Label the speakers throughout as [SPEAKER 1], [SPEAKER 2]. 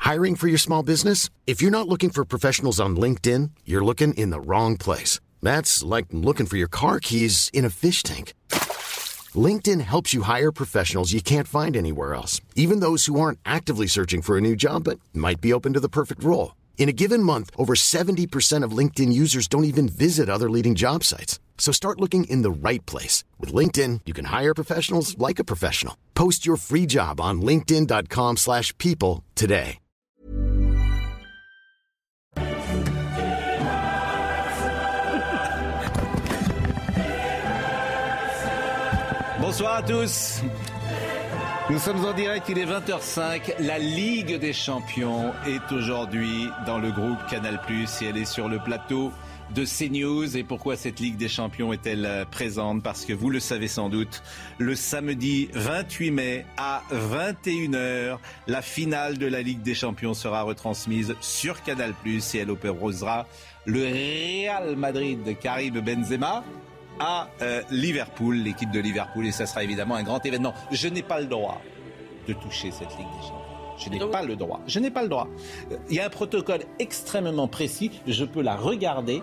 [SPEAKER 1] Hiring for your small business? If you're not looking for professionals on LinkedIn, you're looking in the wrong place. That's like looking for your car keys in a fish tank. LinkedIn helps you hire professionals you can't find anywhere else, even those who aren't actively searching for a new job but might be open to the perfect role. In a given month, over 70% of LinkedIn users don't even visit other leading job sites. So start looking in the right place. With LinkedIn, you can hire professionals like a professional. Post your free job on linkedin.com/people today.
[SPEAKER 2] Bonsoir à tous. Nous sommes en direct, il est 20h05. La Ligue des Champions est aujourd'hui dans le groupe Canal+, et elle est sur le plateau de CNews. Et pourquoi cette Ligue des Champions est-elle présente ? Parce que vous le savez sans doute, le samedi 28 mai à 21h, la finale de la Ligue des Champions sera retransmise sur Canal+, et elle opposera le Real Madrid de Karim Benzema à Liverpool, l'équipe de Liverpool, et ça sera évidemment un grand événement. Je n'ai pas le droit de toucher cette Ligue des Champions. Je n'ai pas le droit. Il y a un protocole extrêmement précis. Je peux la regarder.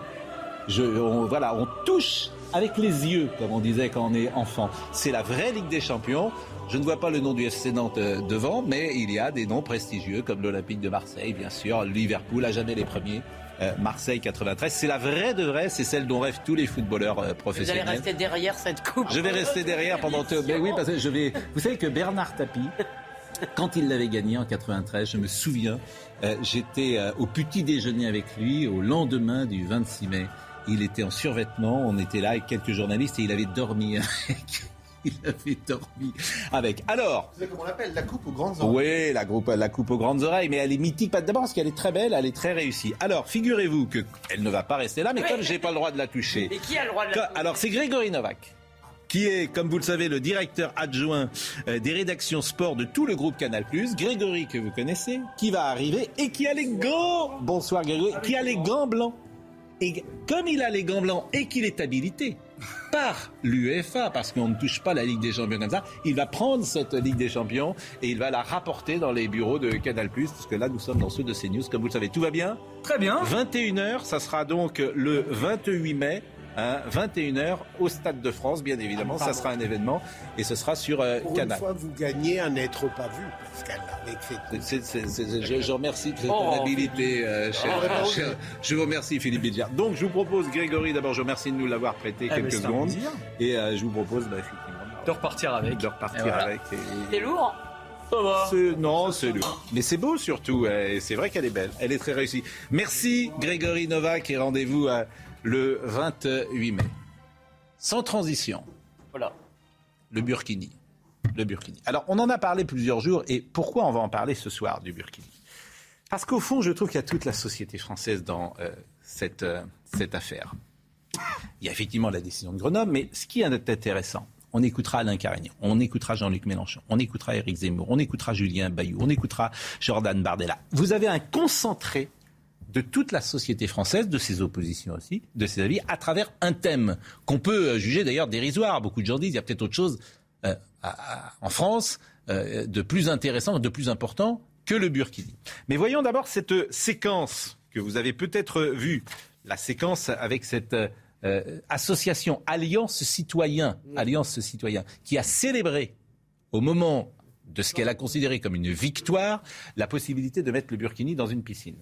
[SPEAKER 2] On touche avec les yeux, comme on disait quand on est enfant. C'est la vraie Ligue des Champions. Je ne vois pas le nom du FC Nantes devant, mais il y a des noms prestigieux comme l'Olympique de Marseille, bien sûr. Liverpool, à jamais les premiers. Marseille 93, c'est la vraie de vraie, c'est celle dont rêvent tous les footballeurs professionnels.
[SPEAKER 3] Vous allez rester derrière cette coupe.
[SPEAKER 2] Je vais rester derrière pendant tout. Mais oui, parce que vous savez que Bernard Tapie, quand il l'avait gagné en 93, je me souviens, j'étais au petit déjeuner avec lui au lendemain du 26 mai. Il était en survêtement, on était là avec quelques journalistes et il avait dormi avec. Il avait dormi avec. Alors,
[SPEAKER 4] vous savez comment on l'appelle ? La coupe aux grandes oreilles.
[SPEAKER 2] Oui, la coupe aux grandes oreilles, mais elle est mythique. D'abord parce qu'elle est très belle, elle est très réussie. Alors, figurez-vous qu'elle ne va pas rester là, mais comme j'ai pas le droit de la toucher.
[SPEAKER 3] Et qui a le droit de la toucher ?
[SPEAKER 2] Alors, c'est Grégory Novak, qui est, comme vous le savez, le directeur adjoint des rédactions sport de tout le groupe Canal+. Grégory, que vous connaissez, qui va arriver et qui a les gants. Bonsoir Grégory, qui a les gants blancs. Et comme il a les gants blancs et qu'il est habilité par l'UEFA, parce qu'on ne touche pas la Ligue des Champions comme ça, il va prendre cette Ligue des Champions et il va la rapporter dans les bureaux de Canal+, parce que là, nous sommes dans ceux de CNews, comme vous le savez. Tout va bien ?
[SPEAKER 5] Très bien.
[SPEAKER 2] 21h, ça sera donc le 28 mai. 21h au Stade de France, bien évidemment, ça sera un événement et ce sera sur Canal.
[SPEAKER 4] Pour une fois, vous gagnez à n'être pas vu, Pascal.
[SPEAKER 2] Je remercie de cette amabilité, cher. Je vous remercie, Philippe Bilger. Donc, je vous propose, Grégory, d'abord, je vous remercie de nous l'avoir prêté quelques secondes. Et je vous propose, effectivement,
[SPEAKER 5] de repartir avec.
[SPEAKER 3] C'est lourd ?
[SPEAKER 2] Non, c'est lourd. Mais c'est beau surtout, et c'est vrai qu'elle est belle. Elle est très réussie. Merci, Grégory Novak, et rendez-vous le 28 mai. Sans transition.
[SPEAKER 3] Voilà.
[SPEAKER 2] Le Burkini. Alors, on en a parlé plusieurs jours. Et pourquoi on va en parler ce soir du Burkini ? Parce qu'au fond, je trouve qu'il y a toute la société française dans cette affaire. Il y a effectivement la décision de Grenoble, mais ce qui est intéressant, on écoutera Alain Carignan, on écoutera Jean-Luc Mélenchon, on écoutera Éric Zemmour, on écoutera Julien Bayou, on écoutera Jordan Bardella. Vous avez un concentré de toute la société française, de ses oppositions aussi, de ses avis, à travers un thème qu'on peut juger d'ailleurs dérisoire. Beaucoup de gens disent qu'il y a peut-être autre chose en France de plus intéressant, de plus important que le Burkini. Mais voyons d'abord cette séquence que vous avez peut-être vue, la séquence avec cette association Alliance Citoyen, qui a célébré au moment de ce qu'elle a considéré comme une victoire, la possibilité de mettre le Burkini dans une piscine.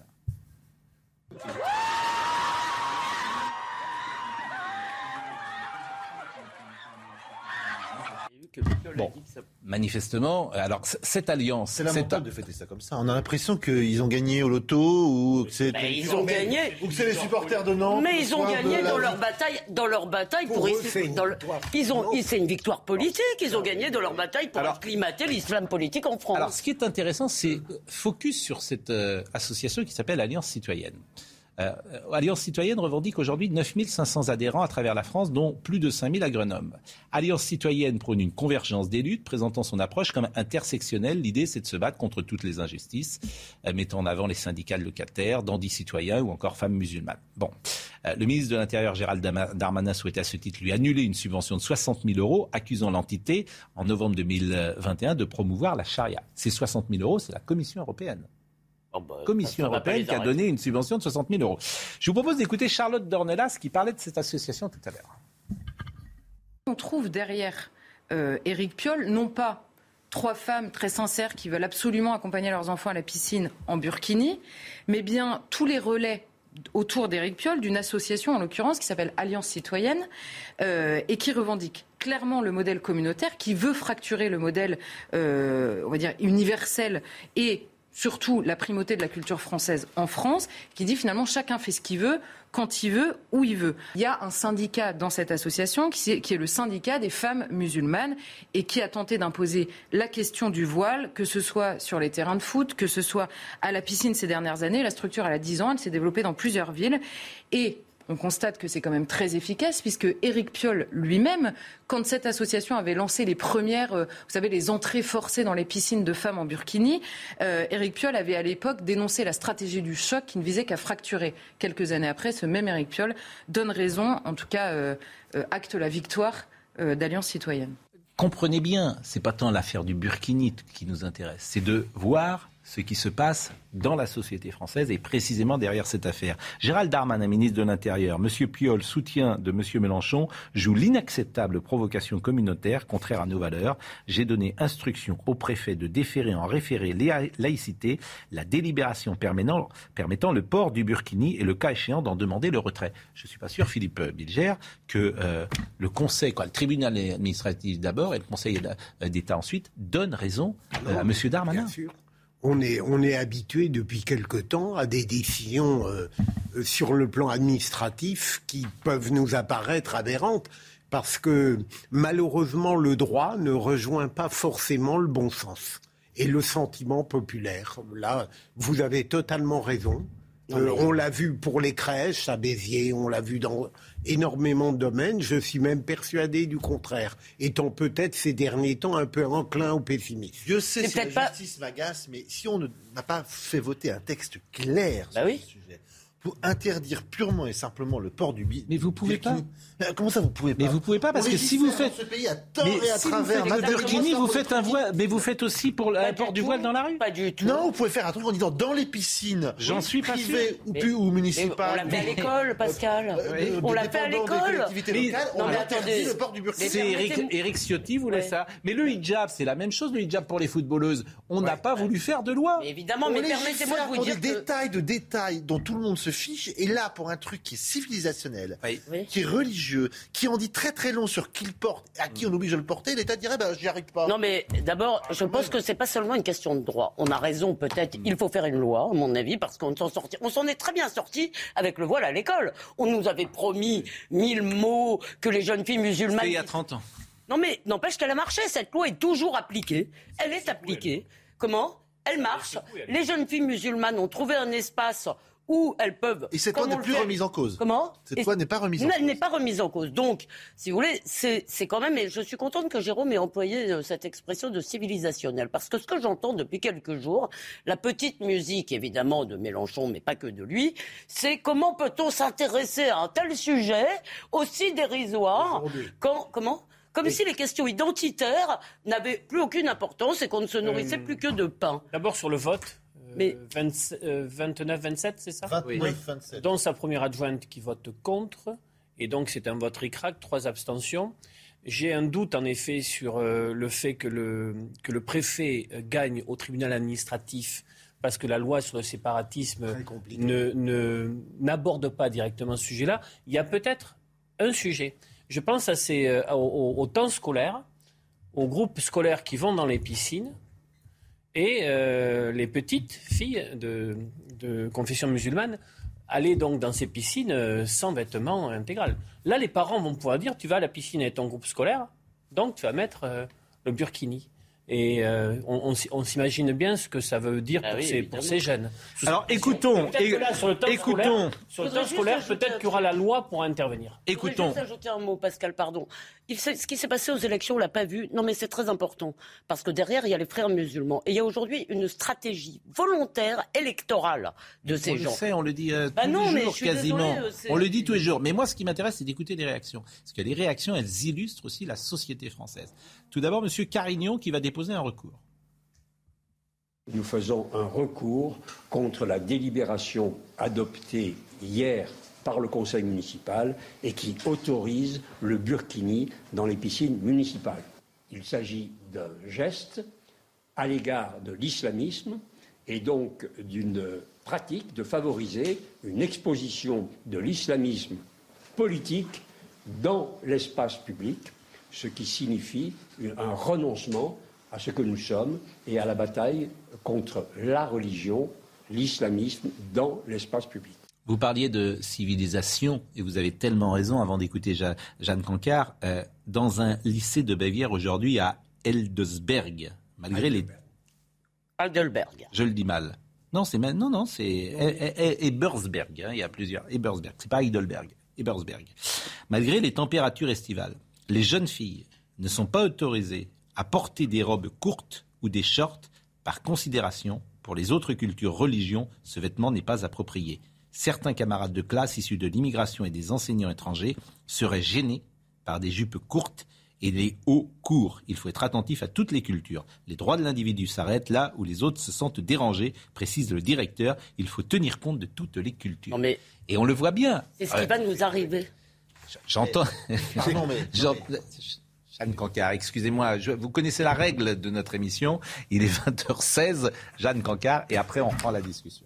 [SPEAKER 2] Bon, manifestement, alors cette alliance...
[SPEAKER 4] C'est lamentable de fêter ça comme ça. On a l'impression qu'ils ont gagné au loto ou que c'est...
[SPEAKER 3] ils ont gagné.
[SPEAKER 4] Ou que c'est les supporters de Nantes.
[SPEAKER 3] Mais ils ont gagné dans leur bataille pour essayer... C'est une victoire politique. Ils ont gagné dans leur bataille pour acclimater l'islam politique en France.
[SPEAKER 2] Alors, ce qui est intéressant, c'est focus sur cette association qui s'appelle Alliance Citoyenne. Alliance Citoyenne revendique aujourd'hui 9500 adhérents à travers la France, dont plus de 5000 à Grenoble. Alliance Citoyenne prône une convergence des luttes, présentant son approche comme intersectionnelle. L'idée, c'est de se battre contre toutes les injustices, mettant en avant les syndicats locataires, dandys citoyens ou encore femmes musulmanes. Bon, le ministre de l'Intérieur, Gérald Darmanin, souhaitait à ce titre lui annuler une subvention de 60 000 €, accusant l'entité, en novembre 2021, de promouvoir la charia. Ces 60 000 €, c'est la Commission européenne. Commission européenne qui a donné une subvention de 60 000 euros. Je vous propose d'écouter Charlotte Dornelas qui parlait de cette association tout à l'heure.
[SPEAKER 5] On trouve derrière Éric Piolle, non pas 3 femmes très sincères qui veulent absolument accompagner leurs enfants à la piscine en burkini, mais bien tous les relais autour d'Éric Piolle, d'une association en l'occurrence qui s'appelle Alliance Citoyenne et qui revendique clairement le modèle communautaire, qui veut fracturer le modèle, on va dire, universel et surtout la primauté de la culture française en France, qui dit finalement chacun fait ce qu'il veut, quand il veut, où il veut. Il y a un syndicat dans cette association qui est le syndicat des femmes musulmanes et qui a tenté d'imposer la question du voile, que ce soit sur les terrains de foot, que ce soit à la piscine ces dernières années. La structure, elle a 10 ans, elle s'est développée dans plusieurs villes et on constate que c'est quand même très efficace puisque Éric Piolle lui-même, quand cette association avait lancé les premières, vous savez, les entrées forcées dans les piscines de femmes en burkini, Éric Piolle avait à l'époque dénoncé la stratégie du choc qui ne visait qu'à fracturer. Quelques années après, ce même Éric Piolle donne raison, en tout cas acte la victoire d'Alliance Citoyenne.
[SPEAKER 2] Comprenez bien, c'est pas tant l'affaire du burkini qui nous intéresse, c'est de voir ce qui se passe dans la société française et précisément derrière cette affaire. Gérald Darmanin, ministre de l'Intérieur, M. Piolle, soutien de M. Mélenchon, joue l'inacceptable provocation communautaire contraire à nos valeurs. J'ai donné instruction au préfet de déférer en référé laïcité la délibération permettant le port du burkini et le cas échéant d'en demander le retrait. Je ne suis pas sûr, Philippe Bilger, que le Conseil, le tribunal administratif d'abord et le Conseil d'État ensuite donnent raison à M. Darmanin.
[SPEAKER 6] Bien sûr. On est habitué depuis quelque temps à des décisions sur le plan administratif qui peuvent nous apparaître aberrantes parce que malheureusement le droit ne rejoint pas forcément le bon sens et le sentiment populaire. Là, vous avez totalement raison. On l'a vu pour les crèches à Béziers, on l'a vu dans énormément de domaines. Je suis même persuadé du contraire, étant peut-être ces derniers temps un peu enclin au pessimisme.
[SPEAKER 4] Je sais si la justice m'agace, mais si on n'a pas fait voter un texte clair sur ce sujet, pour interdire purement et simplement le port du
[SPEAKER 2] Mais vous pouvez pas.
[SPEAKER 4] Comment ça, vous pouvez pas?
[SPEAKER 2] Mais vous pouvez pas parce que si vous faites
[SPEAKER 4] ce pays à tort et à travers
[SPEAKER 2] le burkini, vous faites un voile, mais vous faites aussi pour le port du voile dans la rue.
[SPEAKER 3] Pas du tout.
[SPEAKER 4] Non, vous pouvez faire un truc en disant dans les piscines,
[SPEAKER 2] j'en suis pas sûr,
[SPEAKER 4] ou municipales.
[SPEAKER 3] On l'a fait à l'école, Pascal. On l'a fait à l'école.
[SPEAKER 4] On a interdit le port du burkini.
[SPEAKER 2] C'est Éric Ciotti voulait ça. Mais le hijab, c'est la même chose. Le hijab pour les footballeuses, on n'a pas voulu faire de loi.
[SPEAKER 3] Évidemment, mais permettez-moi de vous dire
[SPEAKER 4] des détails dont tout le monde se fiche. Et là, pour un truc qui est civilisationnel, qui est religieux, qui en dit très très long sur qui le porte, à qui on oblige de le porter, l'État dirait j'y arrive pas.
[SPEAKER 3] Non mais d'abord, je pense que c'est pas seulement une question de droit. On a raison peut-être, il faut faire une loi, à mon avis, parce qu'on s'en est très bien sorti avec le voile à l'école. On nous avait promis 1000 mots que les jeunes filles musulmanes...
[SPEAKER 2] C'était il y a 30 ans.
[SPEAKER 3] Non mais n'empêche qu'elle a marché, cette loi est toujours appliquée. Elle est appliquée. Comment ? Elle marche. Les jeunes filles musulmanes ont trouvé un espace où elles peuvent...
[SPEAKER 4] Et cette loi n'est plus remise en cause.
[SPEAKER 3] Comment ?
[SPEAKER 4] Cette loi n'est pas remise en cause.
[SPEAKER 3] Elle n'est pas remise en cause. Donc, si vous voulez, c'est quand même... Et je suis contente que Jérôme ait employé cette expression de civilisationnel. Parce que ce que j'entends depuis quelques jours, la petite musique, évidemment, de Mélenchon, mais pas que de lui, c'est comment peut-on s'intéresser à un tel sujet aussi dérisoire comment ? Comme si les questions identitaires n'avaient plus aucune importance et qu'on ne se nourrissait plus que de pain.
[SPEAKER 7] D'abord sur le vote. 29-27, c'est ça ?
[SPEAKER 4] 29-27.
[SPEAKER 7] Dont sa première adjointe qui vote contre. Et donc c'est un vote ric-rac, 3 abstentions. J'ai un doute en effet sur le fait que le préfet gagne au tribunal administratif parce que la loi sur le séparatisme n'aborde pas directement ce sujet-là. Il y a peut-être un sujet. Je pense au temps scolaire, aux groupes scolaires qui vont dans les piscines et les petites filles de confession musulmane aller donc dans ces piscines sans vêtements intégral. Là, les parents vont pouvoir dire tu vas à la piscine avec ton groupe scolaire, donc tu vas mettre le burkini. Et on s'imagine bien ce que ça veut dire pour ces jeunes.
[SPEAKER 2] Alors écoutons.
[SPEAKER 7] Sur le temps scolaire, peut-être qu'il y aura la loi pour intervenir.
[SPEAKER 3] Écoutons. Je vais juste ajouter un mot, Pascal, pardon. Ce qui s'est passé aux élections, on ne l'a pas vu. Non, mais c'est très important. Parce que derrière, il y a les frères musulmans. Et il y a aujourd'hui une stratégie volontaire électorale de ces gens.
[SPEAKER 2] On le sait, on le dit tous les jours quasiment. On le dit tous les jours. Mais moi, ce qui m'intéresse, c'est d'écouter les réactions. Parce que les réactions, elles illustrent aussi la société française. Tout d'abord, M. Carignon qui va déposer un recours.
[SPEAKER 8] Nous faisons un recours contre la délibération adoptée hier par le conseil municipal et qui autorise le burkini dans les piscines municipales. Il s'agit d'un geste à l'égard de l'islamisme et donc d'une pratique de favoriser une exposition de l'islamisme politique dans l'espace public, ce qui signifie un renoncement à ce que nous sommes et à la bataille contre la religion, l'islamisme dans l'espace public.
[SPEAKER 2] Vous parliez de civilisation, et vous avez tellement raison, avant d'écouter Jeanne Cancard, dans un lycée de Bavière aujourd'hui à Hildesberg, malgré les...
[SPEAKER 3] Heidelberg.
[SPEAKER 2] Je le dis mal. Non, c'est Ebersberg, il y a plusieurs. Ebersberg, c'est pas Heidelberg, Ebersberg. Malgré les températures estivales, les jeunes filles ne sont pas autorisées à porter des robes courtes ou des shorts. Par considération, pour les autres cultures, religions, ce vêtement n'est pas approprié. Certains camarades de classe issus de l'immigration et des enseignants étrangers seraient gênés par des jupes courtes et des hauts courts. Il faut être attentif à toutes les cultures. Les droits de l'individu s'arrêtent là où les autres se sentent dérangés, précise le directeur. Il faut tenir compte de toutes les cultures. Et on le voit bien.
[SPEAKER 3] C'est ce qui va nous arriver.
[SPEAKER 2] J'entends... Jeanne Cancard, excusez-moi, vous connaissez la règle de notre émission. Il est 20h16, Jeanne Cancard, et après on reprend la discussion.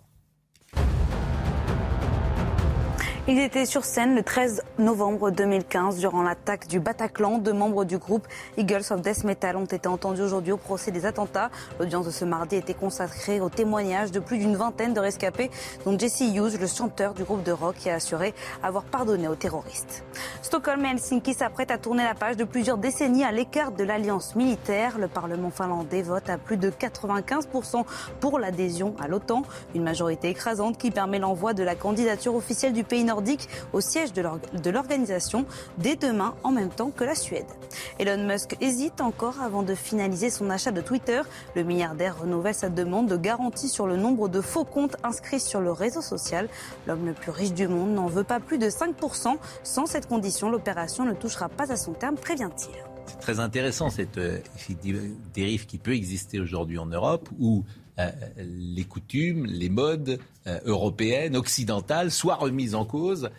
[SPEAKER 9] Ils étaient sur scène le 13 novembre 2015 durant l'attaque du Bataclan. 2 membres du groupe Eagles of Death Metal ont été entendus aujourd'hui au procès des attentats. L'audience de ce mardi était consacrée au témoignage de plus d'une vingtaine de rescapés, dont Jesse Hughes, le chanteur du groupe de rock, qui a assuré avoir pardonné aux terroristes. Stockholm et Helsinki s'apprêtent à tourner la page de plusieurs décennies à l'écart de l'alliance militaire. Le Parlement finlandais vote à plus de 95% pour l'adhésion à l'OTAN. Une majorité écrasante qui permet l'envoi de la candidature officielle du pays nordique au siège de l'organisation dès demain, en même temps que la Suède. Elon Musk hésite encore avant de finaliser son achat de Twitter. Le milliardaire renouvelle sa demande de garantie sur le nombre de faux comptes inscrits sur le réseau social. L'homme le plus riche du monde n'en veut pas plus de 5%. Sans cette condition, l'opération ne touchera pas à son terme, prévient-il.
[SPEAKER 2] C'est très intéressant cette dérive qui peut exister aujourd'hui en Europe où les coutumes, les modes européennes, occidentales soient remises en cause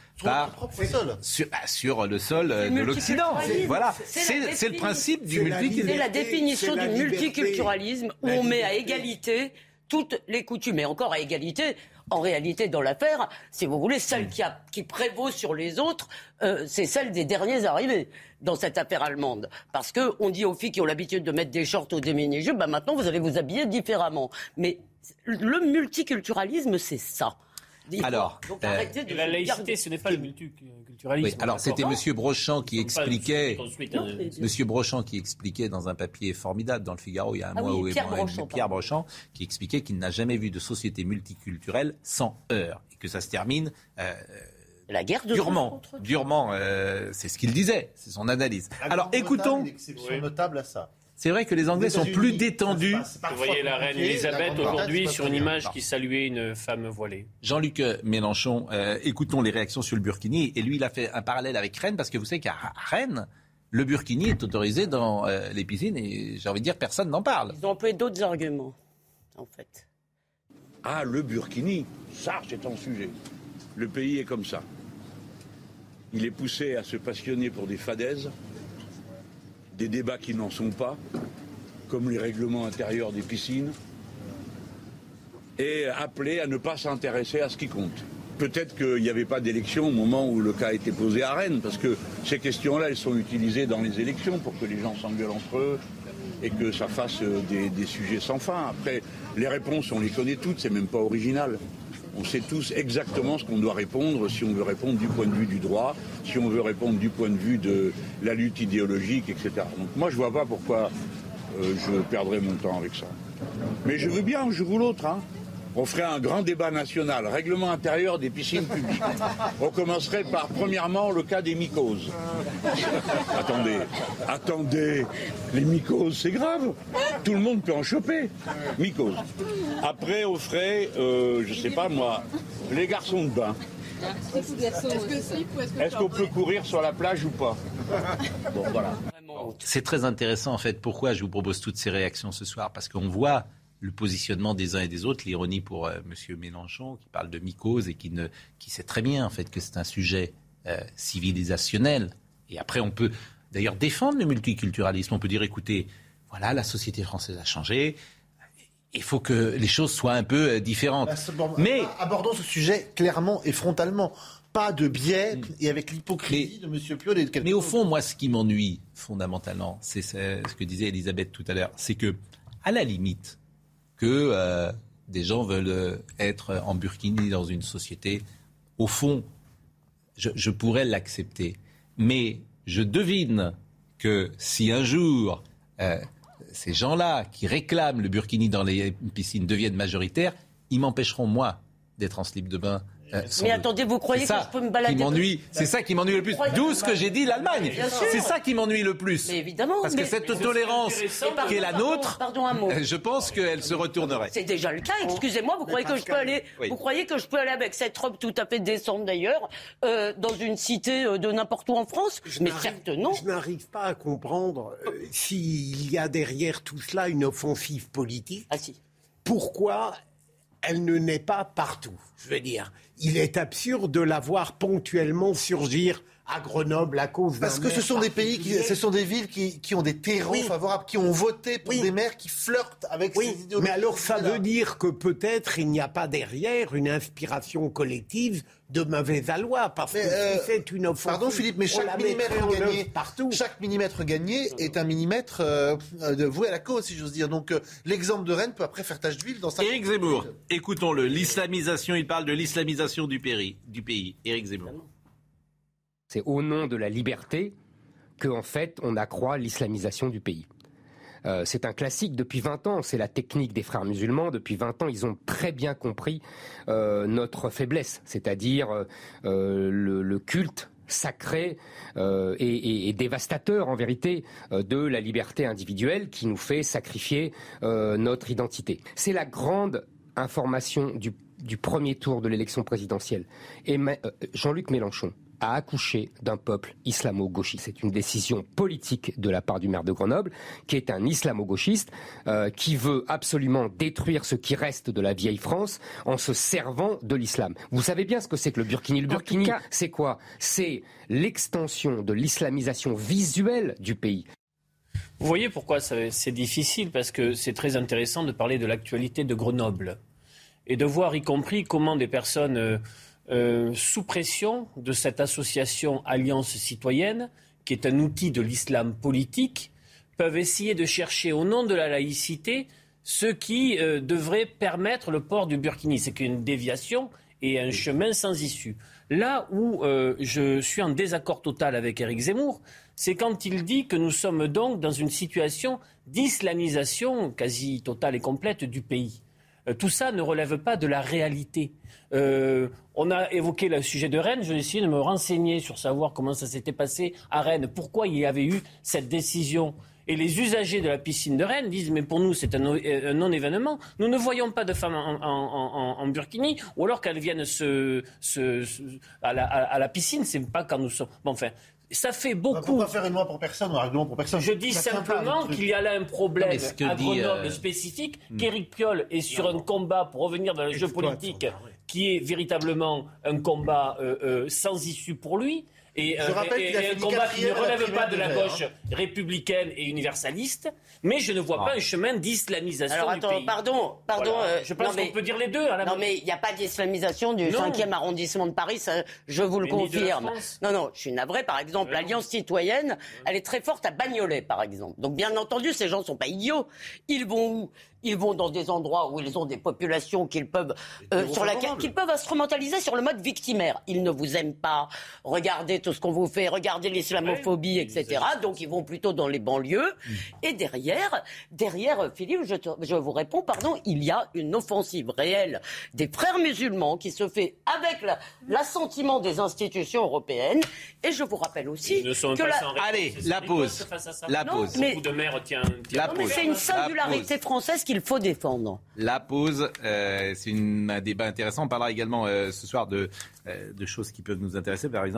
[SPEAKER 2] sur le sol de l'Occident. Voilà, c'est le principe du multiculturalisme.
[SPEAKER 3] C'est la définition du multiculturalisme où on met à égalité toutes les coutumes. Et encore à égalité, en réalité, dans l'affaire, si vous voulez, celle qui prévaut sur les autres, c'est celle des derniers arrivés dans cette affaire allemande. Parce qu'on dit aux filles qui ont l'habitude de mettre des shorts ou des mini-jupes, maintenant vous allez vous habiller différemment. Mais le multiculturalisme, c'est ça.
[SPEAKER 2] Alors,
[SPEAKER 7] la laïcité, ce n'est pas le multiculturalisme.
[SPEAKER 2] Oui, alors c'était M. Brochant qui expliquait, dans un papier formidable dans le Figaro il y a un mois, Pierre Brochant, qui expliquait qu'il n'a jamais vu de société multiculturelle sans heurts et que ça se termine
[SPEAKER 3] la guerre de
[SPEAKER 2] durement. C'est ce qu'il disait, c'est son analyse. Alors écoutons.
[SPEAKER 4] Une exception notable à ça.
[SPEAKER 2] C'est vrai que les Anglais sont plus détendus.
[SPEAKER 7] Vous voyez la reine Elisabeth aujourd'hui sur une image qui saluait une femme voilée.
[SPEAKER 2] Jean-Luc Mélenchon, écoutons les réactions sur le burkini. Et lui, il a fait un parallèle avec Rennes, parce que vous savez qu'à Rennes, le burkini est autorisé dans les piscines et j'ai envie de dire, personne n'en parle.
[SPEAKER 3] Ils ont employé d'autres arguments, en fait.
[SPEAKER 10] Ah, le burkini, ça c'est un sujet. Le pays est comme ça. Il est poussé à se passionner pour des fadaises, des débats qui n'en sont pas, comme les règlements intérieurs des piscines, et appelé à ne pas s'intéresser à ce qui compte. Peut-être qu'il n'y avait pas d'élection au moment où le cas a été posé à Rennes, parce que ces questions-là, elles sont utilisées dans les élections pour que les gens s'engueulent entre eux et que ça fasse des sujets sans fin. Après, les réponses, on les connaît toutes, c'est même pas original. On sait tous exactement ce qu'on doit répondre si on veut répondre du point de vue du droit, si on veut répondre du point de vue de la lutte idéologique, etc. Donc moi, je vois pas pourquoi je perdrais mon temps avec ça. Mais je veux bien un jour ou l'autre. On ferait un grand débat national, règlement intérieur des piscines publiques. On commencerait par, premièrement, le cas des mycoses. Attendez, les mycoses, c'est grave. Tout le monde peut en choper. Mycoses. Après, on ferait, je sais pas moi, les garçons de bain. Est-ce qu'on peut courir sur la plage ou pas? Bon, voilà.
[SPEAKER 2] C'est très intéressant, en fait. Pourquoi je vous propose toutes ces réactions ce soir? Parce qu'on voit le positionnement des uns et des autres. L'ironie pour M. Mélenchon, qui parle de mycose et qui sait très bien en fait que c'est un sujet civilisationnel. Et après, on peut d'ailleurs défendre le multiculturalisme. On peut dire, écoutez, voilà, la société française a changé. Il faut que les choses soient un peu différentes. Mais
[SPEAKER 4] abordons ce sujet clairement et frontalement. Pas de biais et avec l'hypocrisie de M. Piolle et de quelqu'un.
[SPEAKER 2] Mais au fond, moi, ce qui m'ennuie fondamentalement, c'est ce que disait Elisabeth tout à l'heure, c'est que, à la limite, que des gens veulent être en burkini dans une société, au fond, je pourrais l'accepter. Mais je devine que si un jour ces gens-là qui réclament le burkini dans les piscines deviennent majoritaires, ils m'empêcheront, moi, d'être en slip de bain.
[SPEAKER 3] Mais attendez, vous croyez que je peux me balader
[SPEAKER 2] C'est ça qui m'ennuie le plus. D'où ce que j'ai dit, l'Allemagne. C'est ça qui m'ennuie le plus.
[SPEAKER 3] Mais évidemment.
[SPEAKER 2] Parce que cette tolérance qui est la nôtre,
[SPEAKER 3] un mot.
[SPEAKER 2] Je pense qu'elle se retournerait.
[SPEAKER 3] C'est déjà le cas. Excusez-moi, vous croyez que je peux aller Vous croyez que je peux aller avec cette robe tout à fait décente d'ailleurs dans une cité de n'importe où en France? Mais certes non.
[SPEAKER 6] Je n'arrive pas à comprendre s'il y a derrière tout cela une offensive politique.
[SPEAKER 3] Ah si.
[SPEAKER 6] Pourquoi elle ne naît pas partout? Je veux dire, il est absurde de la voir ponctuellement surgir à Grenoble à cause d'un
[SPEAKER 4] Parce que ce sont des pays, ce sont des villes qui ont des terreaux favorables, qui ont voté pour des maires qui flirtent avec ces idéologies.
[SPEAKER 6] Mais alors ça veut dire que peut-être il n'y a pas derrière une inspiration collective de mauvais aloi, parce que si c'est une offensive...
[SPEAKER 4] Pardon Philippe, mais chaque millimètre gagné est un millimètre voué à la cause, si j'ose dire. Donc l'exemple de Rennes peut après faire tache d'huile dans sa...
[SPEAKER 2] Éric Zemmour, écoutons-le. L'islamisation, il parle de l'islamisation du pays. Éric Zemmour.
[SPEAKER 11] C'est au nom de la liberté qu'en fait on accroît l'islamisation du pays. C'est un classique depuis 20 ans, c'est la technique des frères musulmans. Depuis 20 ans, ils ont très bien compris notre faiblesse, c'est-à-dire le culte sacré et dévastateur en vérité de la liberté individuelle qui nous fait sacrifier notre identité. C'est la grande information du premier tour de l'élection présidentielle. Et Jean-Luc Mélenchon a accouché d'un peuple islamo-gauchiste. C'est une décision politique de la part du maire de Grenoble, qui est un islamo-gauchiste, qui veut absolument détruire ce qui reste de la vieille France en se servant de l'islam. Vous savez bien ce que c'est que le burkini. Le burkini, c'est quoi? C'est l'extension de l'islamisation visuelle du pays.
[SPEAKER 7] Vous voyez pourquoi c'est difficile, parce que c'est très intéressant de parler de l'actualité de Grenoble et de voir y compris comment des personnes... sous pression de cette association Alliance citoyenne, qui est un outil de l'islam politique, peuvent essayer de chercher au nom de la laïcité ce qui devrait permettre le port du burkini. C'est qu'une déviation et un chemin sans issue. Là où je suis en désaccord total avec Éric Zemmour, c'est quand il dit que nous sommes donc dans une situation d'islamisation quasi totale et complète du pays. Tout ça ne relève pas de la réalité. On a évoqué le sujet de Rennes. Je vais essayer de me renseigner sur savoir comment ça s'était passé à Rennes, pourquoi il y avait eu cette décision. Et les usagers de la piscine de Rennes disent « mais pour nous, c'est un non-événement. Nous ne voyons pas de femmes en burkini, ou alors qu'elles viennent à la piscine, c'est pas quand nous sommes... » Bon, enfin... Ça fait beaucoup.
[SPEAKER 4] Pourquoi faire une loi pour personne, un règlement pour personne?
[SPEAKER 7] Je dis simplement qu'il y a là un problème à Grenoble spécifique, qu'Éric Piolle est sur un combat, pour revenir dans le jeu politique, qui est véritablement un combat sans issue pour lui. Et un combat qui ne relève pas de la gauche républicaine et universaliste, mais je ne vois pas un chemin d'islamisation du pays.
[SPEAKER 3] Pardon.
[SPEAKER 7] Voilà. Je pense qu'on peut dire les deux.
[SPEAKER 3] Non, mais il n'y a pas d'islamisation du 5e arrondissement de Paris, ça, je vous le confirme. Non, je suis navré. Par exemple, l'Alliance citoyenne, elle est très forte à Bagnolet, par exemple. Donc, bien entendu, ces gens ne sont pas idiots. Ils vont où? Ils vont dans des endroits où ils ont des populations qu'ils peuvent qu'ils peuvent instrumentaliser sur le mode victimaire. Ils ne vous aiment pas. Regardez tout ce qu'on vous fait. Regardez l'islamophobie, etc. Donc ils vont plutôt dans les banlieues. Et derrière, Philippe, je vous réponds, il y a une offensive réelle des frères musulmans qui se fait avec l'assentiment des institutions européennes. Et je vous rappelle aussi
[SPEAKER 2] Allez, la pause.
[SPEAKER 7] Beaucoup de maires tiennent
[SPEAKER 3] c'est une singularité française qu'il faut défendre.
[SPEAKER 2] La pause, c'est un débat intéressant. On parlera également ce soir de choses qui peuvent nous intéresser. Par exemple,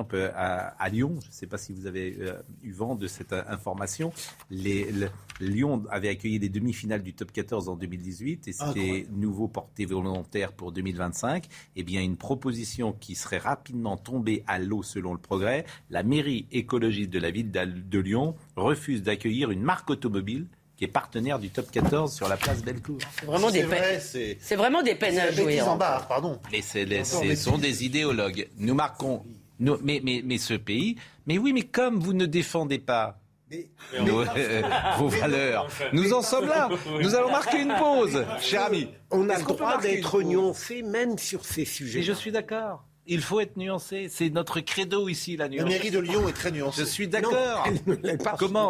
[SPEAKER 2] à Lyon. Je ne sais pas si vous avez eu vent de cette information. Lyon avait accueilli les demi-finales du top 14 en 2018 et c'était nouveau porté volontaire pour 2025. Eh bien, une proposition qui serait rapidement tombée à l'eau selon le Progrès. La mairie écologiste de la ville de Lyon refuse d'accueillir une marque automobile qui est partenaire du top 14 sur la place Bellecour.
[SPEAKER 3] C'est vraiment des peines. C'est vraiment des peines à jouer.
[SPEAKER 2] Et ce sont des idéologues. Nous marquons, mais ce pays. Mais oui, mais comme vous ne défendez pas vos valeurs, nous en sommes là. Nous allons marquer une pause, cher ami.
[SPEAKER 6] On a le droit d'être nuancé même sur ces sujets.
[SPEAKER 2] Mais je suis d'accord. Il faut être nuancé. C'est notre credo ici, la nuance.
[SPEAKER 4] La mairie de Lyon est très nuancée.
[SPEAKER 2] Je suis d'accord. Comment ?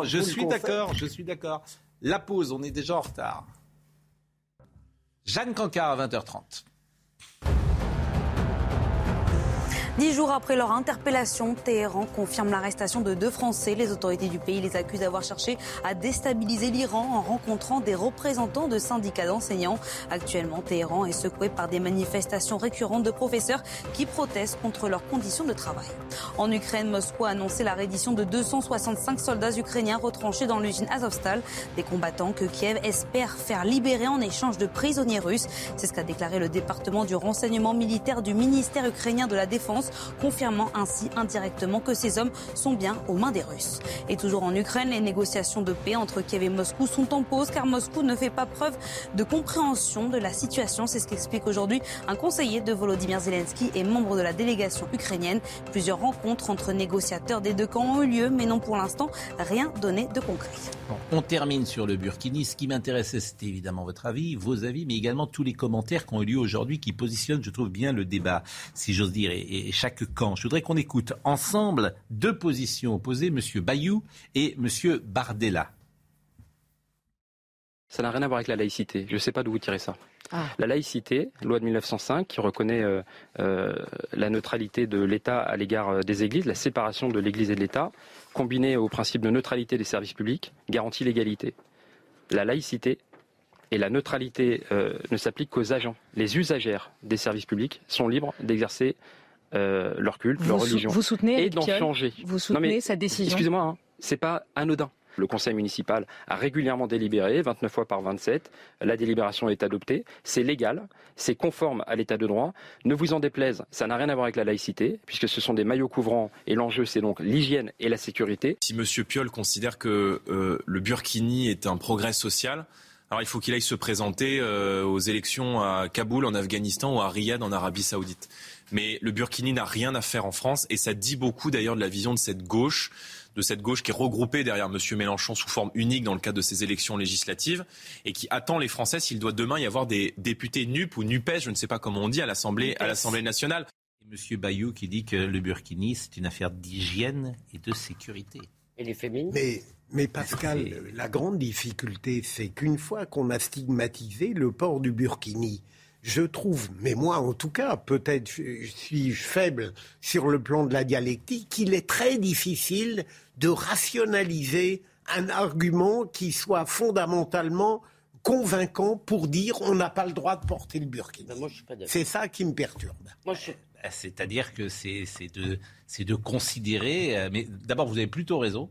[SPEAKER 2] Je suis d'accord. La pause, on est déjà en retard. Jeanne Cancard à 20h30.
[SPEAKER 9] 10 jours après leur interpellation, Téhéran confirme l'arrestation de 2 Français. Les autorités du pays les accusent d'avoir cherché à déstabiliser l'Iran en rencontrant des représentants de syndicats d'enseignants. Actuellement, Téhéran est secoué par des manifestations récurrentes de professeurs qui protestent contre leurs conditions de travail. En Ukraine, Moscou a annoncé la reddition de 265 soldats ukrainiens retranchés dans l'usine Azovstal. Des combattants que Kiev espère faire libérer en échange de prisonniers russes. C'est ce qu'a déclaré le département du renseignement militaire du ministère ukrainien de la Défense, confirmant ainsi indirectement que ces hommes sont bien aux mains des Russes. Et toujours en Ukraine, les négociations de paix entre Kiev et Moscou sont en pause car Moscou ne fait pas preuve de compréhension de la situation. C'est ce qu'explique aujourd'hui un conseiller de Volodymyr Zelensky et membre de la délégation ukrainienne. Plusieurs rencontres entre négociateurs des deux camps ont eu lieu, mais n'ont pour l'instant rien donné de concret.
[SPEAKER 2] On termine sur le Burkini. Ce qui m'intéressait, c'était évidemment votre avis, vos avis, mais également tous les commentaires qui ont eu lieu aujourd'hui qui positionnent, je trouve, bien le débat, si j'ose dire, et chaque camp. Je voudrais qu'on écoute ensemble 2 positions opposées, M. Bayou et M. Bardella.
[SPEAKER 12] Ça n'a rien à voir avec la laïcité. Je ne sais pas d'où vous tirez ça. La laïcité, loi de 1905, qui reconnaît la neutralité de l'État à l'égard des églises, la séparation de l'Église et de l'État, combinée au principe de neutralité des services publics, garantit l'égalité. La laïcité et la neutralité ne s'appliquent qu'aux agents. Les usagères des services publics sont libres d'exercer leur culte, leur religion.
[SPEAKER 13] Vous soutenez
[SPEAKER 12] et d'en changer.
[SPEAKER 13] Vous soutenez sa décision.
[SPEAKER 12] Excusez-moi, c'est pas anodin. Le conseil municipal a régulièrement délibéré, 29 fois par 27. La délibération est adoptée. C'est légal, c'est conforme à l'état de droit. Ne vous en déplaise, ça n'a rien à voir avec la laïcité, puisque ce sont des maillots couvrants et l'enjeu, c'est donc l'hygiène et la sécurité.
[SPEAKER 14] Si M. Piolle considère que le burkini est un progrès social, alors il faut qu'il aille se présenter aux élections à Kaboul, en Afghanistan, ou à Riyad, en Arabie Saoudite. Mais le burkini n'a rien à faire en France, et ça dit beaucoup d'ailleurs de la vision de cette gauche qui est regroupée derrière M. Mélenchon sous forme unique dans le cadre de ces élections législatives, et qui attend les Français s'il doit demain y avoir des députés NUP ou NUPES, je ne sais pas comment on dit, à l'Assemblée nationale.
[SPEAKER 2] Et M. Bayou qui dit que le burkini, c'est une affaire d'hygiène et de sécurité.
[SPEAKER 3] Et les féminines
[SPEAKER 6] Mais Pascal, la grande difficulté, c'est qu'une fois qu'on a stigmatisé le port du burkini, je trouve, mais moi en tout cas, peut-être suis-je faible sur le plan de la dialectique, il est très difficile de rationaliser un argument qui soit fondamentalement convaincant pour dire on n'a pas le droit de porter le burkini.
[SPEAKER 3] Ben moi, je suis pas d'accord.
[SPEAKER 6] C'est ça qui me perturbe.
[SPEAKER 3] Moi, je suis...
[SPEAKER 2] C'est-à-dire que c'est de considérer, mais d'abord vous avez plutôt raison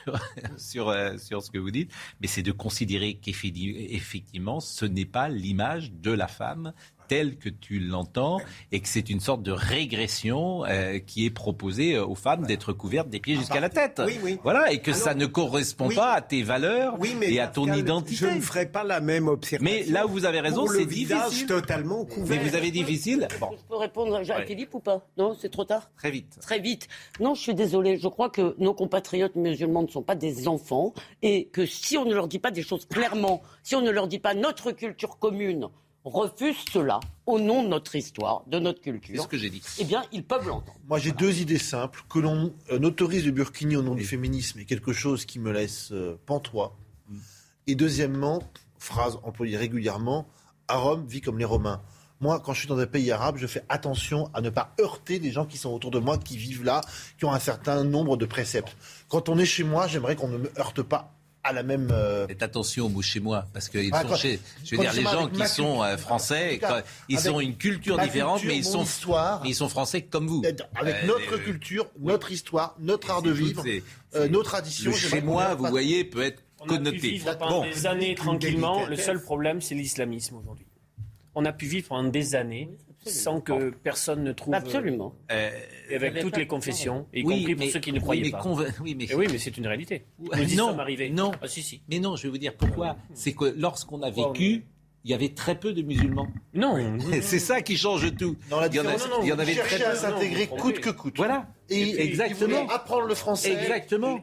[SPEAKER 2] sur ce que vous dites, mais c'est de considérer qu'effectivement ce n'est pas l'image de la femme telle que tu l'entends et que c'est une sorte de régression qui est proposée aux femmes d'être couvertes des pieds jusqu'à la tête.
[SPEAKER 6] Oui.
[SPEAKER 2] Voilà, et que ça ne correspond pas à tes valeurs et à ton identité.
[SPEAKER 6] Je ne ferai pas la même observation.
[SPEAKER 2] Mais là où vous avez raison, c'est difficile.
[SPEAKER 6] Totalement couvert.
[SPEAKER 2] Mais vous avez difficile.
[SPEAKER 3] Bon. Je peux répondre à Philippe ou pas ? Non, c'est trop tard ?
[SPEAKER 2] Très vite.
[SPEAKER 3] Très vite. Non, je suis désolée. Je crois que nos compatriotes musulmans ne sont pas des enfants et que si on ne leur dit pas des choses clairement, si on ne leur dit pas notre culture commune refuse cela au nom de notre histoire, de notre culture.
[SPEAKER 2] C'est ce que j'ai dit.
[SPEAKER 3] Eh bien, ils peuvent l'entendre.
[SPEAKER 4] Moi, j'ai 2 idées simples. Que l'on autorise le burkini au nom du féminisme est quelque chose qui me laisse pantois. Et deuxièmement, phrase employée régulièrement, à Rome, vit comme les Romains. Moi, quand je suis dans un pays arabe, je fais attention à ne pas heurter les gens qui sont autour de moi, qui vivent là, qui ont un certain nombre de préceptes. Quand on est chez moi, j'aimerais qu'on ne me heurte pas à la même...
[SPEAKER 2] Faites attention aux mots chez moi, parce que ils sont chez... Je veux dire, les gens qui sont français, ils ont une culture différente, mais ils sont français comme vous.
[SPEAKER 4] Avec notre culture, notre histoire, notre art de vivre, nos traditions.
[SPEAKER 2] Le chez moi, vous voyez, peut être connoté.
[SPEAKER 7] On a pu vivre pendant des années tranquillement. Le seul problème, c'est l'islamisme aujourd'hui. On a pu vivre pendant des années sans que personne ne trouve...
[SPEAKER 3] Absolument.
[SPEAKER 7] Et avec toutes les confessions, y compris pour ceux qui ne croyaient pas. Oui, mais c'est une réalité. Nous y sommes arrivés.
[SPEAKER 2] Non.
[SPEAKER 7] Ah, si.
[SPEAKER 2] Mais non, je vais vous dire pourquoi. C'est que lorsqu'on a vécu... Il y avait très peu de musulmans.
[SPEAKER 7] Non.
[SPEAKER 2] C'est ça qui change tout.
[SPEAKER 4] Il y en avait très peu. À s'intégrer coûte que coûte.
[SPEAKER 2] Voilà.
[SPEAKER 4] Exactement. Apprendre le français.
[SPEAKER 2] Exactement.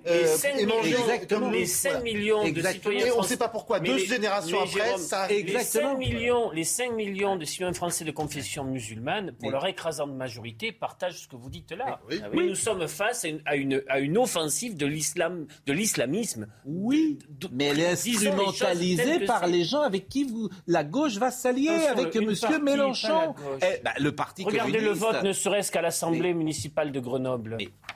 [SPEAKER 7] Les 5 millions de citoyens français.
[SPEAKER 4] Et on ne sait pas pourquoi. Deux générations après, ça arrive.
[SPEAKER 7] Les 5 millions de citoyens français de confession musulmane, pour leur écrasante majorité, partagent ce que vous dites là. Mais nous sommes face à une offensive de l'islamisme.
[SPEAKER 2] Oui. Mais elle est instrumentalisée par les gens avec qui la gauche va s'allier avec M. Mélenchon. Le parti communiste.
[SPEAKER 7] Regardez le vote, ne serait-ce qu'à l'Assemblée municipale de Grenoble.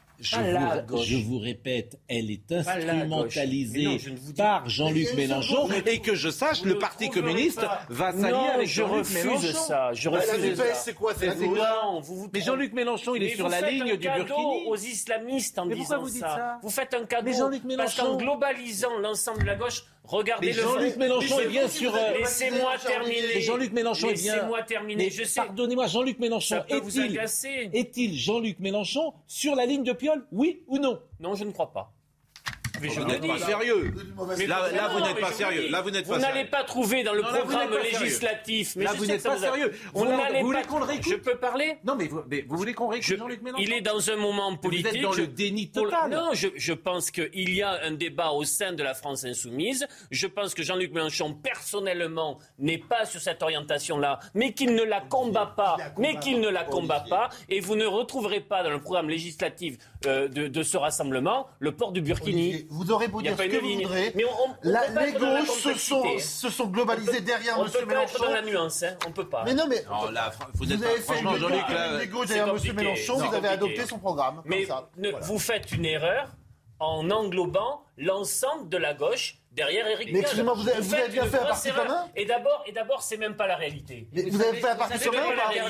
[SPEAKER 2] Je vous répète, elle est instrumentalisée par Jean-Luc Mélenchon et que je sache, le Parti communiste va s'allier avec Jean-Luc Mélenchon.
[SPEAKER 7] Je refuse ça.
[SPEAKER 4] C'est quoi cette
[SPEAKER 2] Mais Jean-Luc Mélenchon, il est sur la ligne du Burkini.
[SPEAKER 7] Aux islamistes en disant ça. Vous faites un cadeau.
[SPEAKER 2] Parce
[SPEAKER 7] qu'en globalisant l'ensemble de la gauche, regardez le vote.
[SPEAKER 2] Jean-Luc Mélenchon est bien sur...
[SPEAKER 7] Laissez-moi terminer.
[SPEAKER 2] Jean-Luc Mélenchon est bien...
[SPEAKER 7] Laissez-moi terminer. Je sais.
[SPEAKER 2] Pardonnez-moi, Jean-Luc Mélenchon, est-il Jean-Luc Mélenchon sur la ligne de Piolle, oui ou non?
[SPEAKER 7] Non, je ne crois pas.
[SPEAKER 2] Mais vous n'êtes pas sérieux. Là, vous n'êtes pas sérieux.
[SPEAKER 7] Vous n'allez pas trouver dans le programme législatif.
[SPEAKER 2] Là, vous n'êtes pas sérieux. Vous voulez qu'on le réécoute?
[SPEAKER 7] Je peux parler?
[SPEAKER 2] Non, mais vous voulez qu'on réécoute Jean-Luc Mélenchon?
[SPEAKER 7] Il est dans un moment politique.
[SPEAKER 2] Vous êtes dans le déni total.
[SPEAKER 7] Non, je pense qu'il y a un débat au sein de la France insoumise. Je pense que Jean-Luc Mélenchon, personnellement, n'est pas sur cette orientation-là, mais qu'il ne la combat pas. Et vous ne retrouverez pas dans le programme législatif de ce rassemblement le port du burkini.
[SPEAKER 4] Vous aurez beau dire ce que vous voudrez, les gauches se sont globalisées derrière M. Mélenchon.
[SPEAKER 7] On peut pas être dans la nuance, on peut pas.
[SPEAKER 4] Mais non, mais
[SPEAKER 2] vous avez fait
[SPEAKER 4] franchement, Jean-Luc, les gauches derrière M. Mélenchon, vous avez adopté son programme.
[SPEAKER 7] Mais vous faites une erreur en englobant l'ensemble de la gauche derrière Éric Piolle.
[SPEAKER 4] Mais excusez-moi, vous avez bien fait un parti commun?
[SPEAKER 7] Et d'abord, c'est même pas la réalité.
[SPEAKER 4] Mais vous avez fait un parti commun?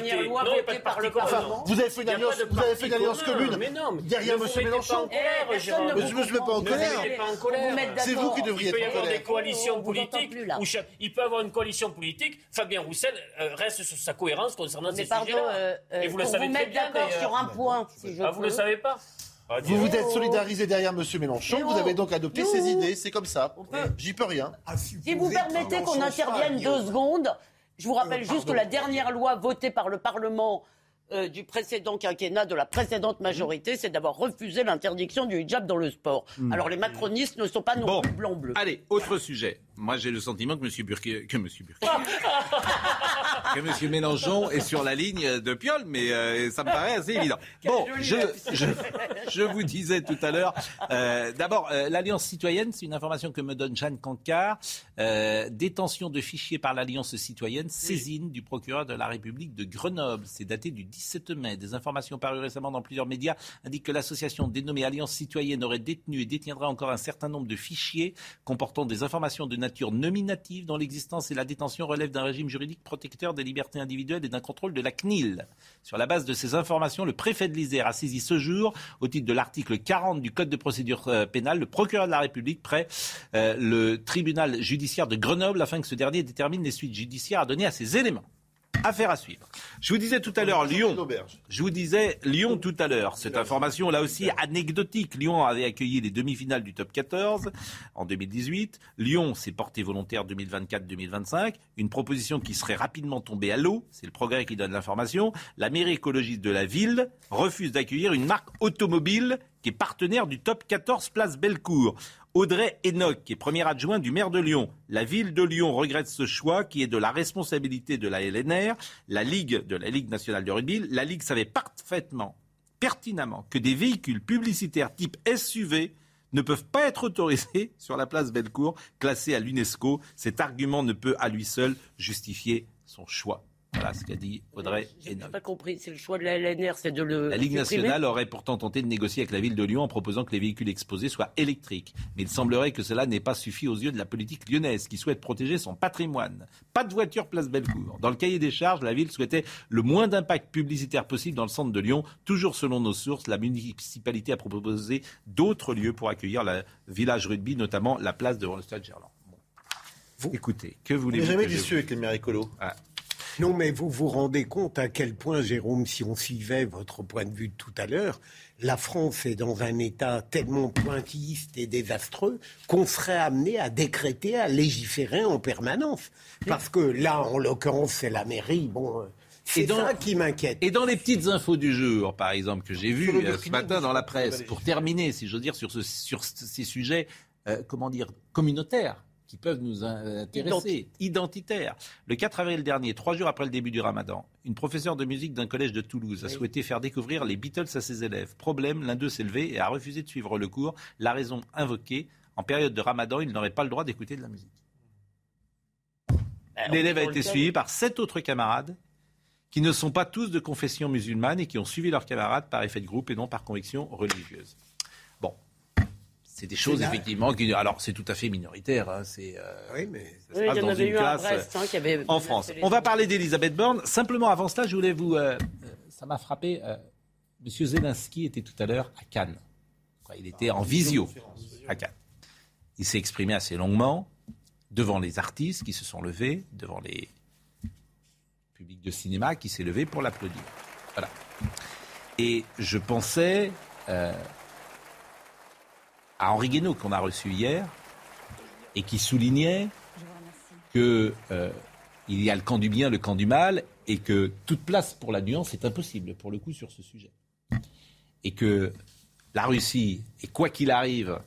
[SPEAKER 4] Vous avez fait une alliance commune derrière M. Mélenchon? Je ne me mets pas en colère. C'est vous qui devriez être en colère.
[SPEAKER 7] Il peut y avoir des coalitions politiques. Il peut y avoir une coalition politique. Fabien Roussel reste sur sa cohérence concernant ces sujets-là. Et vous le savez très bien.
[SPEAKER 3] D'accord sur un point, si je peux.
[SPEAKER 7] Vous le savez pas?
[SPEAKER 4] Vous vous êtes solidarisé derrière M. Mélenchon, vous avez donc adopté ses idées, c'est comme ça. J'y peux rien.
[SPEAKER 3] Si vous permettez qu'on intervienne 2 secondes, je vous rappelle juste que la dernière loi votée par le Parlement du précédent quinquennat, de la précédente majorité, c'est d'avoir refusé l'interdiction du hijab dans le sport. Alors les macronistes ne sont pas non plus blanc-bleu.
[SPEAKER 2] Allez, autre sujet. Moi, j'ai le sentiment que M. Mélenchon est sur la ligne de Piolle, mais ça me paraît assez évident. Bon, je vous disais tout à l'heure, d'abord, l'Alliance citoyenne, c'est une information que me donne Jeanne Cancard. Détention de fichiers par l'Alliance citoyenne, saisine du procureur de la République de Grenoble. C'est daté du 17 mai. Des informations parues récemment dans plusieurs médias indiquent que l'association dénommée Alliance citoyenne aurait détenu et détiendra encore un certain nombre de fichiers comportant des informations de nature nominative dont l'existence et la détention relèvent d'un régime juridique protecteur des libertés individuelles et d'un contrôle de la CNIL. Sur la base de ces informations, le préfet de l'Isère a saisi ce jour, au titre de l'article 40 du Code de procédure pénale, le procureur de la République près le tribunal judiciaire de Grenoble afin que ce dernier détermine les suites judiciaires à donner à ces éléments. Affaire à suivre. Je vous disais tout à l'heure Lyon. Lyon tout à l'heure. Cette information là aussi anecdotique. Lyon avait accueilli les demi-finales du Top 14 en 2018. Lyon s'est porté volontaire 2024-2025. Une proposition qui serait rapidement tombée à l'eau. C'est le Progrès qui donne l'information. La mairie écologiste de la ville refuse d'accueillir une marque automobile qui est partenaire du Top 14 Place Bellecour. Audrey Enoch, qui est premier adjoint du maire de Lyon. La ville de Lyon regrette ce choix qui est de la responsabilité de la LNR, la Ligue nationale de rugby. La Ligue savait pertinemment que des véhicules publicitaires type SUV ne peuvent pas être autorisés sur la place Bellecour, classée à l'UNESCO. Cet argument ne peut à lui seul justifier son choix. Voilà ce qu'a dit Audrey Hénault.
[SPEAKER 3] Je n'ai pas compris, c'est le choix de la LNR, c'est de le
[SPEAKER 2] La Ligue
[SPEAKER 3] supprimer.
[SPEAKER 2] nationale aurait pourtant tenté de négocier avec la ville de Lyon en proposant que les véhicules exposés soient électriques. Mais il semblerait que cela n'ait pas suffi aux yeux de la politique lyonnaise, qui souhaite protéger son patrimoine. Pas de voiture place Bellecour. Dans le cahier des charges, la ville souhaitait le moins d'impact publicitaire possible dans le centre de Lyon. Toujours selon nos sources, la municipalité a proposé d'autres lieux pour accueillir le village rugby, notamment la place devant le stade Gerland. Bon. Écoutez, que voulez-vous?
[SPEAKER 4] On n'est jamais déçu avec les maires écolos.
[SPEAKER 6] Non, mais vous vous rendez compte à quel point, Jérôme, si on suivait votre point de vue de tout à l'heure, la France est dans un état tellement pointilliste et désastreux qu'on serait amené à décréter, à légiférer en permanence. Parce que là, en l'occurrence, c'est la mairie. Bon, c'est ça qui m'inquiète.
[SPEAKER 2] Et dans les petites infos du jour, par exemple, que j'ai vues ce matin dans la presse, pour terminer, si j'ose dire, sur ces sujets, communautaires, qui peuvent nous intéresser, identitaires. Le 4 avril dernier, 3 jours après le début du Ramadan, une professeure de musique d'un collège de Toulouse a souhaité faire découvrir les Beatles à ses élèves. Problème, l'un d'eux s'est levé et a refusé de suivre le cours. La raison invoquée, en période de Ramadan, il n'aurait pas le droit d'écouter de la musique. L'élève a été suivi par 7 autres camarades qui ne sont pas tous de confession musulmane et qui ont suivi leurs camarades par effet de groupe et non par conviction religieuse. Bon. C'est des choses, effectivement, qui... Alors, c'est tout à fait minoritaire. Hein,
[SPEAKER 6] oui, mais...
[SPEAKER 3] Oui, il y en avait eu un à Brest qui avait...
[SPEAKER 2] En France. On va parler d'Elisabeth Borne. Simplement, avant cela, je voulais vous... ça m'a frappé. Monsieur Zelensky était tout à l'heure à Cannes. Il était en visio à Cannes. Il s'est exprimé assez longuement devant les artistes qui se sont levés, devant les publics de cinéma qui s'est levé pour l'applaudir. Voilà. Et je pensais... à Henri Guénaud, qu'on a reçu hier, et qui soulignait qu'il y a le camp du bien, le camp du mal, et que toute place pour la nuance est impossible, pour le coup, sur ce sujet. Et que la Russie est, quoi qu'il arrive,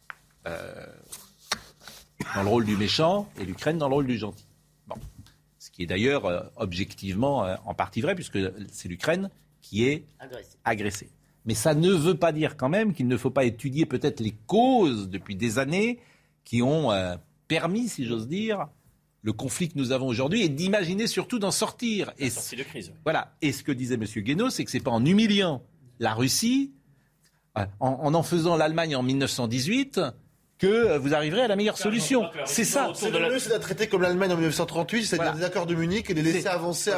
[SPEAKER 2] dans le rôle du méchant, et l'Ukraine dans le rôle du gentil. Bon. Ce qui est d'ailleurs, objectivement, en partie vrai, puisque c'est l'Ukraine qui est agressée. Mais ça ne veut pas dire quand même qu'il ne faut pas étudier peut-être les causes depuis des années qui ont permis, si j'ose dire, le conflit que nous avons aujourd'hui et d'imaginer surtout d'en sortir.
[SPEAKER 7] La sortie de crise.
[SPEAKER 2] Voilà. Et ce que disait M. Guénaud, c'est que ce n'est pas en humiliant la Russie, en faisant l'Allemagne en 1918... que vous arriverez à la meilleure solution. C'est ça.
[SPEAKER 4] C'est le mieux, c'est de la traiter comme l'Allemagne en 1938, c'est-à-dire des accords de Munich et les laisser avancer.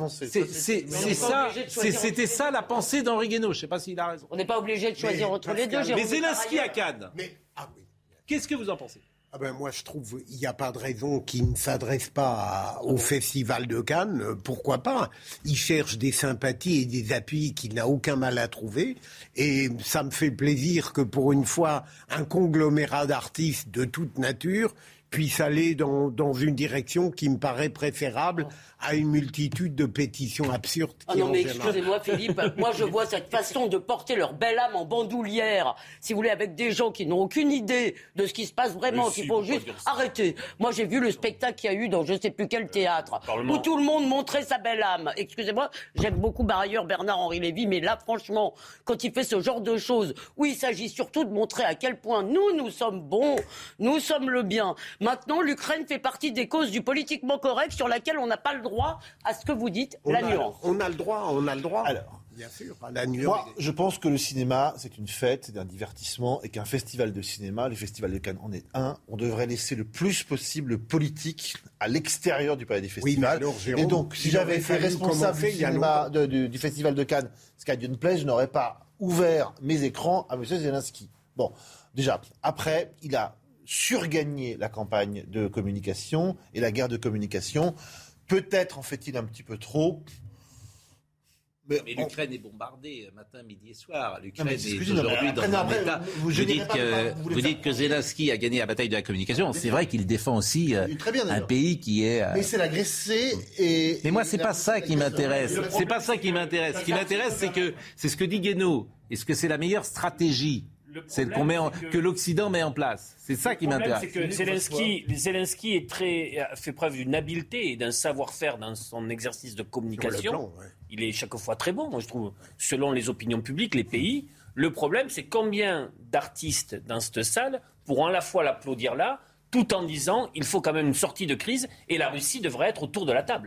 [SPEAKER 2] C'était ça la pensée d'Henri Guénaud. Je ne sais pas s'il a raison.
[SPEAKER 3] On n'est pas obligé de choisir entre les deux.
[SPEAKER 2] Mais Zelensky à Cannes. Qu'est-ce que vous en pensez ?
[SPEAKER 6] Moi, je trouve qu'il n'y a pas de raison qu'il ne s'adresse pas au Festival de Cannes. Pourquoi pas ? Il cherche des sympathies et des appuis qu'il n'a aucun mal à trouver. Et ça me fait plaisir que, pour une fois, un conglomérat d'artistes de toute nature puisse aller dans une direction qui me paraît préférable à une multitude de pétitions absurdes.
[SPEAKER 3] Non mais excusez-moi Philippe, moi je vois cette façon de porter leur belle âme en bandoulière, si vous voulez, avec des gens qui n'ont aucune idée de ce qui se passe vraiment, qui faut juste arrêter. Moi j'ai vu le spectacle qu'il y a eu dans je ne sais plus quel théâtre, où tout le monde montrait sa belle âme. Excusez-moi, j'aime beaucoup par ailleurs Bernard-Henri Lévy, mais là franchement, quand il fait ce genre de choses, où il s'agit surtout de montrer à quel point nous sommes bons, nous sommes le bien. Maintenant, l'Ukraine fait partie des causes du politiquement correct sur laquelle on n'a pas le droit à ce que vous dites, la nuance.
[SPEAKER 6] On a le droit.
[SPEAKER 4] Alors,
[SPEAKER 6] bien sûr, la nuance.
[SPEAKER 4] Moi, je pense que le cinéma, c'est une fête, c'est un divertissement, et qu'un festival de cinéma, le Festival de Cannes en est un, on devrait laisser le plus possible le politique à l'extérieur du palais des festivals.
[SPEAKER 6] Alors, Jérôme,
[SPEAKER 4] et donc, si j'avais été responsable du Festival de Cannes, ce qu'à Dieu ne plaise, je n'aurais pas ouvert mes écrans à M. Zelensky. Bon, déjà, après, il a surgagné la campagne de communication et la guerre de communication. Peut-être en fait-il un petit peu trop.
[SPEAKER 2] Mais l'Ukraine est bombardée matin, midi et soir. L'Ukraine est aujourd'hui dans un état. Vous dites que Zelensky a gagné la bataille de la communication. C'est vrai qu'il défend aussi un pays qui est...
[SPEAKER 4] Mais c'est l'agressé et...
[SPEAKER 2] Mais moi, c'est pas ça qui m'intéresse. C'est pas ça qui m'intéresse. Ce qui m'intéresse, c'est ce que dit Guénaud. Est-ce que c'est la meilleure stratégie que l'Occident met en place? C'est ça qui m'intéresse.
[SPEAKER 7] Le problème, c'est que Zelensky fait preuve d'une habileté et d'un savoir-faire dans son exercice de communication. Il est chaque fois très bon, moi je trouve, selon les opinions publiques, les pays. Le problème, c'est combien d'artistes dans cette salle pourront à la fois l'applaudir là, tout en disant il faut quand même une sortie de crise et la Russie devrait être autour de la table.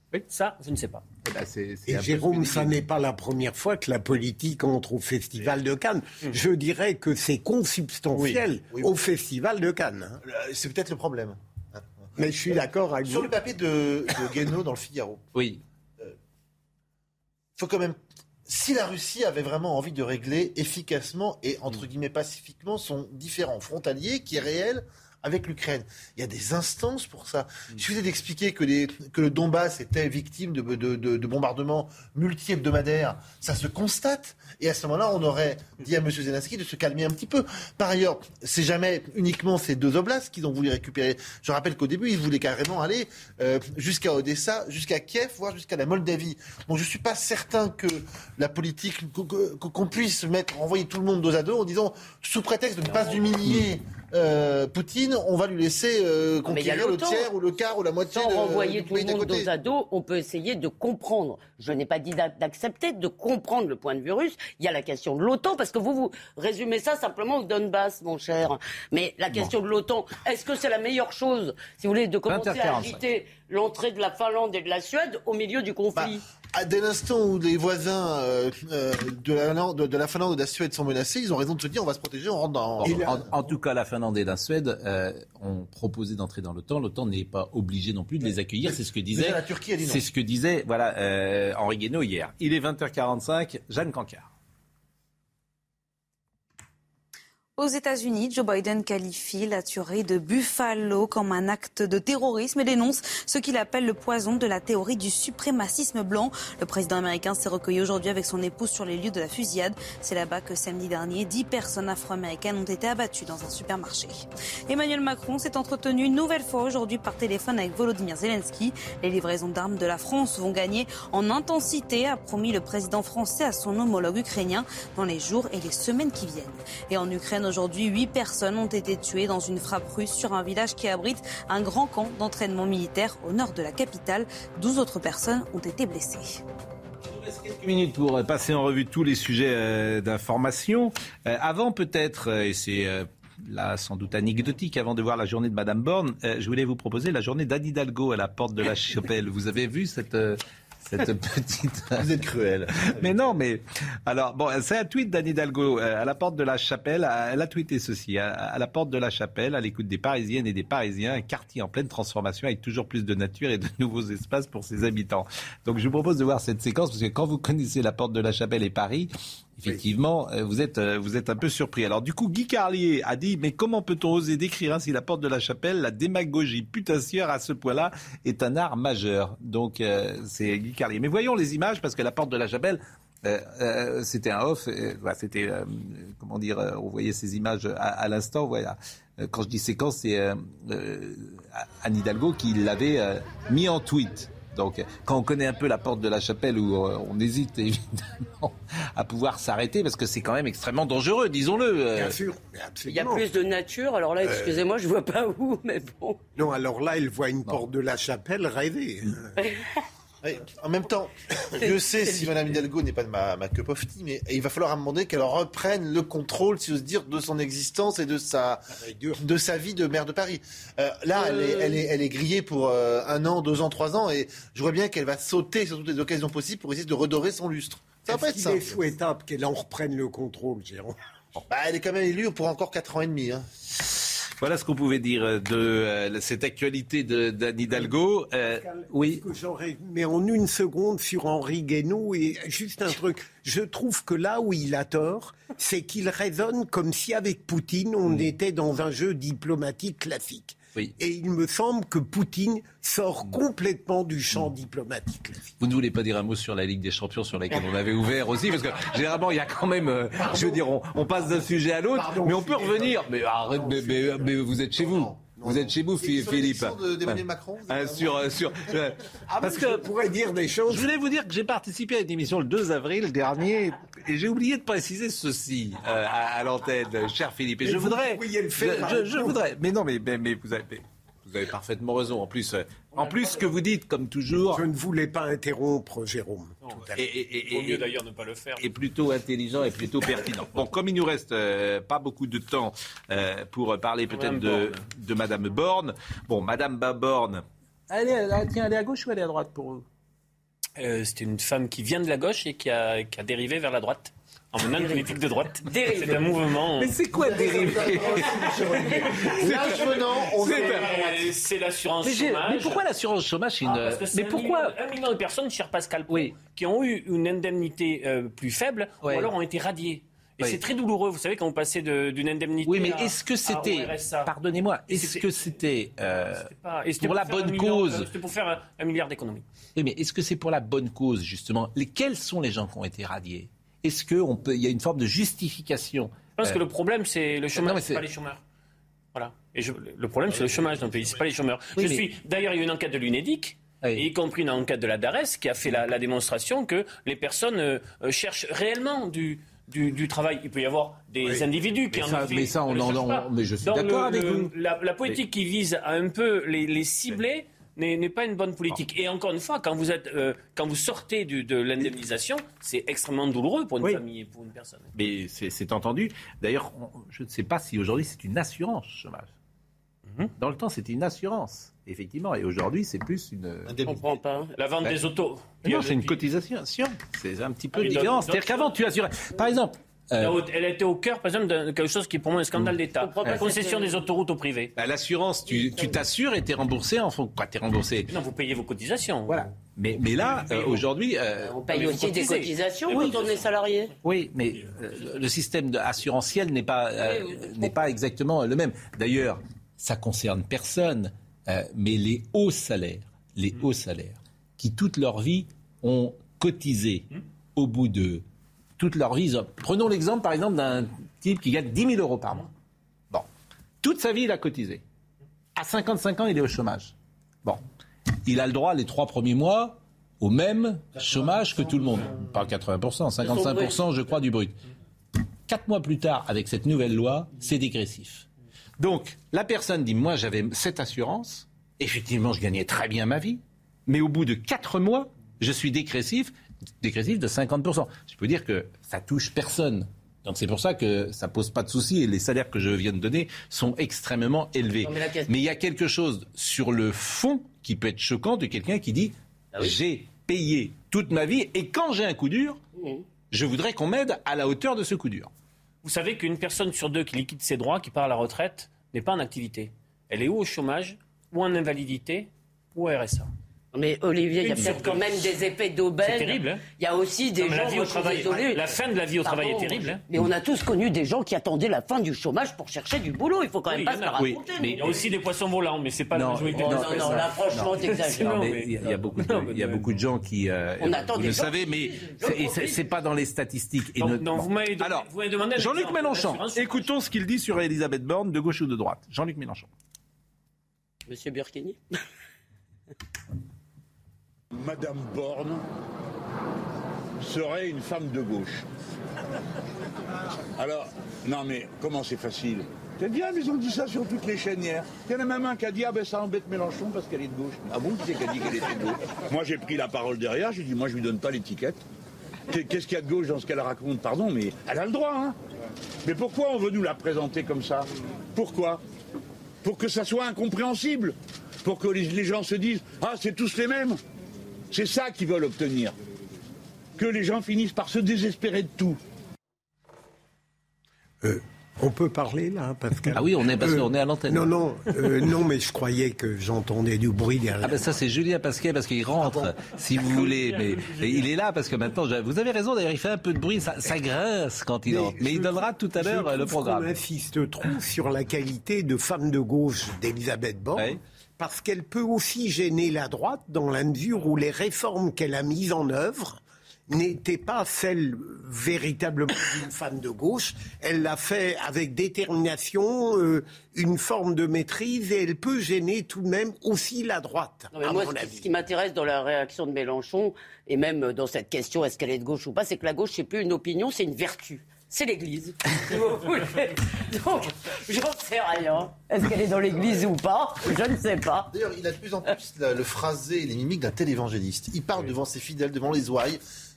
[SPEAKER 7] Oui, ça, je ne sais pas.
[SPEAKER 6] Et Jérôme, ça n'est pas la première fois que la politique entre au Festival de Cannes. Je dirais que c'est consubstantiel au Festival de Cannes.
[SPEAKER 4] C'est peut-être le problème.
[SPEAKER 6] Mais je suis d'accord avec vous.
[SPEAKER 4] Sur le papier de Guénaud dans le Figaro.
[SPEAKER 2] Oui.
[SPEAKER 4] Faut quand même... Si la Russie avait vraiment envie de régler efficacement et, entre guillemets, pacifiquement son différend frontalier qui est réel avec l'Ukraine. Il y a des instances pour ça. Il suffisait d'expliquer que le Donbass était victime de bombardements multi-hebdomadaires. Ça se constate. Et à ce moment-là, on aurait dit à M. Zelensky de se calmer un petit peu. Par ailleurs, c'est jamais uniquement ces 2 oblasts qu'ils ont voulu récupérer. Je rappelle qu'au début, ils voulaient carrément aller jusqu'à Odessa, jusqu'à Kiev, voire jusqu'à la Moldavie. Donc je ne suis pas certain que la politique, qu'on puisse envoyer tout le monde dos à dos en disant, sous prétexte de ne pas humilier Poutine, on va lui laisser conquérir le tiers ou le quart ou la moitié
[SPEAKER 3] sans
[SPEAKER 4] de
[SPEAKER 3] renvoyer
[SPEAKER 4] du
[SPEAKER 3] tout
[SPEAKER 4] pays
[SPEAKER 3] le
[SPEAKER 4] d'à
[SPEAKER 3] monde
[SPEAKER 4] côté.
[SPEAKER 3] dos à dos, on peut essayer de comprendre. Je n'ai pas dit d'accepter, de comprendre le point de vue russe. Il y a la question de l'OTAN, parce que vous résumez ça simplement au Donbass, mon cher. Mais la question de l'OTAN, est-ce que c'est la meilleure chose, si vous voulez, de commencer à agiter l'entrée de la Finlande et de la Suède au milieu du conflit?
[SPEAKER 4] Dès l'instant où les voisins de la Finlande et de la Suède sont menacés, ils ont raison de se dire on va se protéger, on rentre dans...
[SPEAKER 2] En tout cas, la Finlande et la Suède ont proposé d'entrer dans l'OTAN. L'OTAN n'est pas obligée non plus de les accueillir. C'est ce que disait,
[SPEAKER 4] la Turquie a dit non.
[SPEAKER 2] C'est ce que disait Henri Guénaud hier. Il est 20h45, Jeanne Cancard.
[SPEAKER 9] Aux États-Unis, Joe Biden qualifie la tuerie de Buffalo comme un acte de terrorisme et dénonce ce qu'il appelle le poison de la théorie du suprémacisme blanc. Le président américain s'est recueilli aujourd'hui avec son épouse sur les lieux de la fusillade. C'est là-bas que samedi dernier, 10 personnes afro-américaines ont été abattues dans un supermarché. Emmanuel Macron s'est entretenu une nouvelle fois aujourd'hui par téléphone avec Volodymyr Zelensky. Les livraisons d'armes de la France vont gagner en intensité, a promis le président français à son homologue ukrainien dans les jours et les semaines qui viennent. Et en Ukraine, aujourd'hui, 8 personnes ont été tuées dans une frappe russe sur un village qui abrite un grand camp d'entraînement militaire au nord de la capitale. 12 autres personnes ont été blessées.
[SPEAKER 2] Il nous reste quelques minutes pour passer en revue tous les sujets d'information. Avant peut-être, et c'est là sans doute anecdotique, avant de voir la journée de Madame Borne, je voulais vous proposer la journée d'Anne Hidalgo à la porte de la Chapelle. Vous avez vu cette petite...
[SPEAKER 4] Vous êtes cruel.
[SPEAKER 2] Mais non, mais... Alors, bon, c'est un tweet d'Anne Hidalgo à la porte de la Chapelle. Elle a tweeté ceci. À la porte de la Chapelle, à l'écoute des Parisiennes et des Parisiens, un quartier en pleine transformation avec toujours plus de nature et de nouveaux espaces pour ses habitants. Donc, je vous propose de voir cette séquence parce que quand vous connaissez la porte de la Chapelle et Paris... Effectivement, vous êtes un peu surpris. Alors du coup, Guy Carlier a dit « Mais comment peut-on oser décrire ainsi la porte de la Chapelle ? La démagogie putassière à ce point-là est un art majeur. » Donc c'est Guy Carlier. Mais voyons les images, parce que la porte de la Chapelle, c'était un off. C'était, comment dire, on voyait ces images à l'instant. Voilà. Quand je dis séquence, c'est Anne Hidalgo qui l'avait mis en tweet. Donc, quand on connaît un peu la porte de la Chapelle, où on hésite évidemment à pouvoir s'arrêter, parce que c'est quand même extrêmement dangereux, disons-le.
[SPEAKER 6] Bien sûr, absolument.
[SPEAKER 3] Il y a plus de nature, alors là, excusez-moi, je vois pas où, mais bon.
[SPEAKER 6] Non, alors là, elle voit une porte de la Chapelle rêver.
[SPEAKER 4] En même temps, je sais si Mme Hidalgo n'est pas de ma cup of tea, mais il va falloir à un moment donné qu'elle reprenne le contrôle, si j'ose dire, de son existence et de sa vie de maire de Paris. Là, elle est grillée pour 1 an, 2 ans, 3 ans, et je vois bien qu'elle va sauter sur toutes les occasions possibles pour essayer de redorer son lustre. Ça va pas être simple.
[SPEAKER 6] Il est souhaitable qu'elle en reprenne le contrôle, Jérôme.
[SPEAKER 4] Elle est quand même élue pour encore 4 ans et demi.
[SPEAKER 2] Voilà ce qu'on pouvait dire de cette actualité d'Anne Hidalgo. Oui.
[SPEAKER 6] Mais en une seconde sur Henri Guénaud, et juste un truc. Je trouve que là où il a tort, c'est qu'il raisonne comme si avec Poutine, on était dans un jeu diplomatique classique.
[SPEAKER 2] Oui.
[SPEAKER 6] Et il me semble que Poutine sort complètement du champ diplomatique.
[SPEAKER 2] Vous ne voulez pas dire un mot sur la Ligue des Champions sur laquelle on avait ouvert aussi, parce que généralement il y a quand même, je veux dire, on passe d'un sujet à l'autre, mais on peut revenir. Mais arrête, mais vous êtes chez vous. Vous êtes chez vous, Philippe.
[SPEAKER 4] D'Emmanuel Macron.
[SPEAKER 2] Parce que
[SPEAKER 6] je pourrais dire des choses.
[SPEAKER 2] Je voulais vous dire que j'ai participé à une émission le 2 avril dernier et j'ai oublié de préciser ceci à l'antenne, cher Philippe. Et je voudrais. Je voudrais. Mais non, mais vous avez parfaitement raison. En plus, ce que vous dites, comme toujours.
[SPEAKER 6] Je ne voulais pas interrompre Jérôme.
[SPEAKER 7] Il vaut mieux d'ailleurs ne pas le faire.
[SPEAKER 2] Et plutôt intelligent et plutôt pertinent. Bon, comme il nous reste pas beaucoup de temps pour parler peut-être de Madame Borne. Bon, Madame Borne. Elle est à gauche ou elle est à droite pour vous ?
[SPEAKER 7] C'était une femme qui vient de la gauche et qui a dérivé vers la droite. En menant une politique de droite. C'est un mouvement.
[SPEAKER 2] Mais c'est quoi dériver?
[SPEAKER 7] C'est l'assurance chômage.
[SPEAKER 2] Mais pourquoi l'assurance chômage
[SPEAKER 7] Mais pourquoi 1 million de personnes, cher Pascal, qui ont eu une indemnité plus faible ou alors ont été radiées. Et c'est très douloureux, vous savez, quand vous passez d'une indemnité.
[SPEAKER 2] Oui, mais est-ce que c'était, pardonnez-moi, est-ce que c'était pour la bonne cause?
[SPEAKER 7] C'était pour faire 1 milliard d'économies.
[SPEAKER 2] Oui, mais est-ce que c'est pour la bonne cause, justement? Quels sont les gens qui ont été radiés? Est-ce qu'il y a une forme de justification?
[SPEAKER 7] Je pense que le problème, c'est le chômage, c'est pas les chômeurs. Voilà. Et le problème, c'est le chômage dans le pays, c'est pas les chômeurs. D'ailleurs, il y a eu une enquête de l'UNEDIC, y compris une enquête de la DARES, qui a fait la démonstration que les personnes cherchent réellement du travail. Il peut y avoir des individus qui en ont fait.
[SPEAKER 2] Mais ça, mais je suis d'accord avec vous.
[SPEAKER 7] La politique qui vise à un peu les cibler n'est pas une bonne politique. Et encore une fois, quand vous sortez de l'indemnisation, c'est extrêmement douloureux pour une famille et pour une personne.
[SPEAKER 2] Mais c'est entendu. D'ailleurs, je ne sais pas si aujourd'hui c'est une assurance chômage. Dans le temps, c'était une assurance, effectivement. Et aujourd'hui, c'est plus une...
[SPEAKER 3] Je ne comprends pas.
[SPEAKER 7] La vente des autos.
[SPEAKER 2] Non, c'est une cotisation. C'est un petit peu différent. C'est-à-dire qu'avant, tu assurais... Par exemple...
[SPEAKER 7] Elle était au cœur, par exemple, de quelque chose qui est pour moi un scandale d'État. La concession des autoroutes au privé.
[SPEAKER 2] L'assurance, tu t'assures et t'es remboursé en fond. Quoi, t'es remboursé?
[SPEAKER 7] Non, vous payez vos cotisations.
[SPEAKER 2] Voilà. Mais là, aujourd'hui...
[SPEAKER 3] on paye aussi des cotisations quand on est salarié.
[SPEAKER 2] Oui, mais le système assurantiel n'est pas exactement le même. D'ailleurs, ça concerne personne, mais les hauts salaires, qui toute leur vie ont cotisé au bout de... toute leur vie. Prenons l'exemple, par exemple, d'un type qui gagne 10 000 euros par mois. Bon. Toute sa vie, il a cotisé. À 55 ans, il est au chômage. Bon. Il a le droit, les 3 premiers mois, au même chômage que tout le monde. Pas 80%, 55%, je crois, du brut. 4 mois plus tard, avec cette nouvelle loi, c'est dégressif. Donc, la personne dit, moi, j'avais cette assurance. Effectivement, je gagnais très bien ma vie. Mais au bout de 4 mois, je suis dégressif de 50%. Je peux dire que ça touche personne. Donc c'est pour ça que ça pose pas de souci et les salaires que je viens de donner sont extrêmement élevés. Non, mais il y a quelque chose sur le fond qui peut être choquant de quelqu'un qui dit j'ai payé toute ma vie et quand j'ai un coup dur, je voudrais qu'on m'aide à la hauteur de ce coup dur.
[SPEAKER 7] Vous savez qu'une personne sur 2 qui liquide ses droits, qui part à la retraite, n'est pas en activité. Elle est ou au chômage, ou en invalidité, ou à RSA.
[SPEAKER 3] Mais Olivier, il y a peut-être quand même des effets d'aubaine.
[SPEAKER 7] C'est terrible. Hein.
[SPEAKER 3] Il y a aussi des gens...
[SPEAKER 7] La fin de la vie au travail est terrible. Hein.
[SPEAKER 3] Mais on a tous connu des gens qui attendaient la fin du chômage pour chercher du boulot. Il faut quand même pas se la raconter.
[SPEAKER 7] Mais il y a aussi des poissons volants, mais c'est pas la majorité des espèces.
[SPEAKER 3] Non, là, franchement, t'exagères.
[SPEAKER 2] Il y a beaucoup de gens qui... vous le savez, mais c'est pas dans les statistiques.
[SPEAKER 7] Non, vous m'avez demandé...
[SPEAKER 2] Jean-Luc Mélenchon, écoutons ce qu'il dit sur Elisabeth Borne, de gauche ou de droite. Jean-Luc Mélenchon.
[SPEAKER 3] Monsieur Burkini.
[SPEAKER 10] Madame Borne serait une femme de gauche. Alors, non mais comment c'est facile? C'est bien, ils ont dit ça sur toutes les chaînes hier. Il y en a même un qui a dit ça embête Mélenchon parce qu'elle est de gauche. Ah bon, qui c'est qui a dit qu'elle était de gauche? Moi j'ai pris la parole derrière, j'ai dit moi je lui donne pas l'étiquette. Qu'est-ce qu'il y a de gauche dans ce qu'elle raconte? Pardon, mais elle a le droit, hein. Mais pourquoi on veut nous la présenter comme ça? Pourquoi? Pour que ça soit incompréhensible. Pour que les gens se disent ah c'est tous les mêmes. C'est ça qu'ils veulent obtenir. Que les gens finissent par se désespérer de tout.
[SPEAKER 6] On peut parler là, Pascal?
[SPEAKER 2] Ah oui, parce qu'on est à l'antenne.
[SPEAKER 6] Non, mais je croyais que j'entendais du bruit derrière.
[SPEAKER 2] Ah ben ça c'est Julien Pascal parce qu'il rentre, si vous voulez. Mais il est là parce que maintenant, vous avez raison d'ailleurs, il fait un peu de bruit, ça grince quand il entre. Mais il donnera tout à l'heure le programme.
[SPEAKER 6] On insiste trop sur la qualité de femme de gauche d'Elisabeth Borne. Oui. Parce qu'elle peut aussi gêner la droite dans la mesure où les réformes qu'elle a mises en œuvre n'étaient pas celles véritablement d'une femme de gauche. Elle l'a fait avec détermination, une forme de maîtrise, et elle peut gêner tout de même aussi la droite, à mon avis.
[SPEAKER 3] Ce qui m'intéresse dans la réaction de Mélenchon, et même dans cette question, est-ce qu'elle est de gauche ou pas, c'est que la gauche, c'est plus une opinion, c'est une vertu. C'est l'Église. Donc, j'en sais rien. Est-ce qu'elle est dans l'Église ou pas? Je ne sais pas.
[SPEAKER 4] D'ailleurs, il a de plus en plus le phrasé et les mimiques d'un tel évangéliste. Il parle devant ses fidèles, devant les ouailles,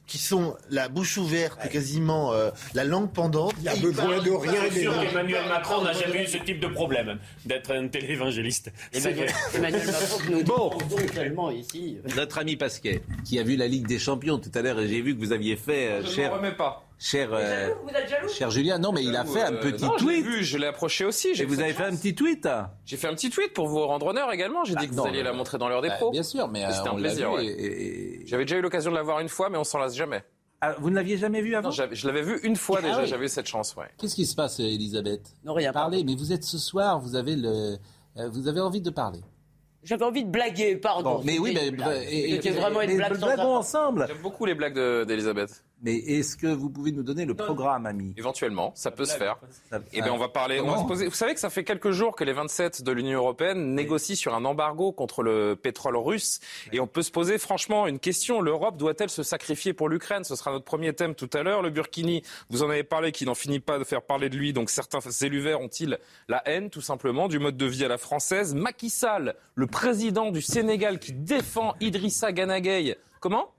[SPEAKER 4] qui sont la bouche ouverte, quasiment la langue pendante.
[SPEAKER 6] Il y a besoin de rien.
[SPEAKER 7] C'est sûr qu'Emmanuel Macron n'a jamais eu ce type de problème d'être un téléévangéliste.
[SPEAKER 3] Emmanuel Macron qui nous dit tellement ici.
[SPEAKER 2] Notre ami Pasquet, qui a vu la Ligue des Champions tout à l'heure, et j'ai vu que vous aviez fait,
[SPEAKER 13] Je ne me remets pas.
[SPEAKER 3] Vous êtes jaloux
[SPEAKER 2] Cher Julien, non, mais il a fait un petit tweet.
[SPEAKER 13] Je l'ai approché aussi.
[SPEAKER 2] Et vous avez fait un petit tweet.
[SPEAKER 13] J'ai fait un petit tweet pour vous rendre honneur également. J'ai dit que vous alliez la montrer dans l'heure des pros.
[SPEAKER 2] Bien sûr, mais
[SPEAKER 13] c'était un plaisir. J'avais déjà eu l'occasion de la voir une fois, mais on s'en lasse jamais.
[SPEAKER 2] Ah, vous ne l'aviez jamais vu avant?
[SPEAKER 13] Non, je l'avais vu une fois déjà.
[SPEAKER 2] Oui.
[SPEAKER 13] J'avais eu cette chance. Ouais.
[SPEAKER 2] Qu'est-ce qui se passe, Elisabeth?
[SPEAKER 3] Non, rien.
[SPEAKER 2] Parlez, mais vous êtes ce soir, vous avez envie de parler.
[SPEAKER 3] J'avais envie de blaguer, pardon.
[SPEAKER 2] Bon, mais oui, mais
[SPEAKER 3] c'était vraiment une blague.
[SPEAKER 2] Blaguons ensemble.
[SPEAKER 13] J'aime beaucoup les blagues d'Elisabeth.
[SPEAKER 2] Mais est-ce que vous pouvez nous donner le programme, ami?
[SPEAKER 13] Éventuellement, ça peut se faire. Et bien, on va parler. On va se poser. Vous savez que ça fait quelques jours que les 27 de l'Union européenne négocient sur un embargo contre le pétrole russe. Et on peut se poser franchement une question. L'Europe doit-elle se sacrifier pour l'Ukraine? Ce sera notre premier thème tout à l'heure. Le Burkini, vous en avez parlé, qui n'en finit pas de faire parler de lui. Donc certains élus verts ont-ils la haine, tout simplement, du mode de vie à la française? Macky Sall, le président du Sénégal, qui défend Idrissa Gana Gueye. Comment?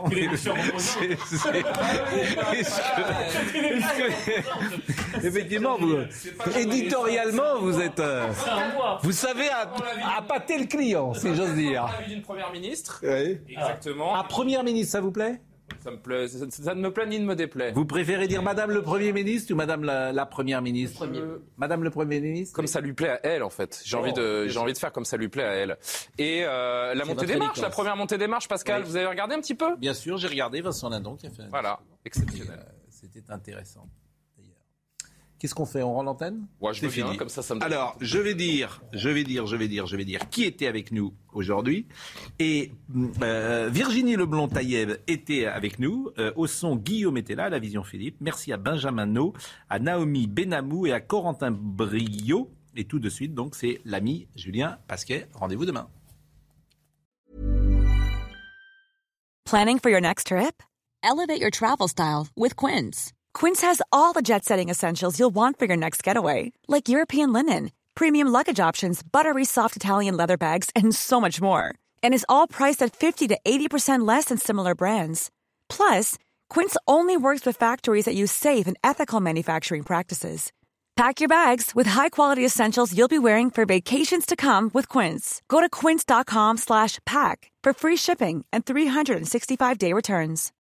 [SPEAKER 2] Effectivement, éditorialement, vous êtes. Vous savez appâter le client, si j'ose dire.
[SPEAKER 13] L'avis d'une première ministre.
[SPEAKER 2] Oui.
[SPEAKER 13] Exactement.
[SPEAKER 2] Première ministre, ça vous plaît?
[SPEAKER 13] Ça me plaît. Ça ne me plaît ni ne me déplaît.
[SPEAKER 2] Vous préférez dire Madame le Premier ministre ou Madame la Première ministre? Madame le Premier ministre.
[SPEAKER 13] Comme ça lui plaît à elle, en fait. J'ai envie de faire comme ça lui plaît à elle. Et la montée des marches, la première montée des marches, Pascal, vous avez regardé un petit peu?
[SPEAKER 2] Bien sûr, j'ai regardé Vincent Lindon qui a fait.
[SPEAKER 13] Voilà, exceptionnel.
[SPEAKER 2] C'était intéressant. Qu'est-ce qu'on fait? On rend l'antenne?
[SPEAKER 13] Ouais, je veux bien, comme ça me donne.
[SPEAKER 2] Alors, je vais dire qui était avec nous aujourd'hui. Et Virginie Leblond-Taïeb était avec nous. Au son, Guillaume était là, à la vision Philippe. Merci à Benjamin No, à Naomi Benamou et à Corentin Brio. Et tout de suite, donc, c'est l'ami Julien Pasquet. Rendez-vous demain.
[SPEAKER 15] Planning for your next trip? Elevate your travel style with Quince. Quince has all the jet-setting essentials you'll want for your next getaway, like European linen, premium luggage options, buttery soft Italian leather bags, and so much more. And is all priced at 50 to 80% less than similar brands. Plus, Quince only works with factories that use safe and ethical manufacturing practices. Pack your bags with high-quality essentials you'll be wearing for vacations to come with Quince. Go to quince.com/pack for free shipping and 365-day returns.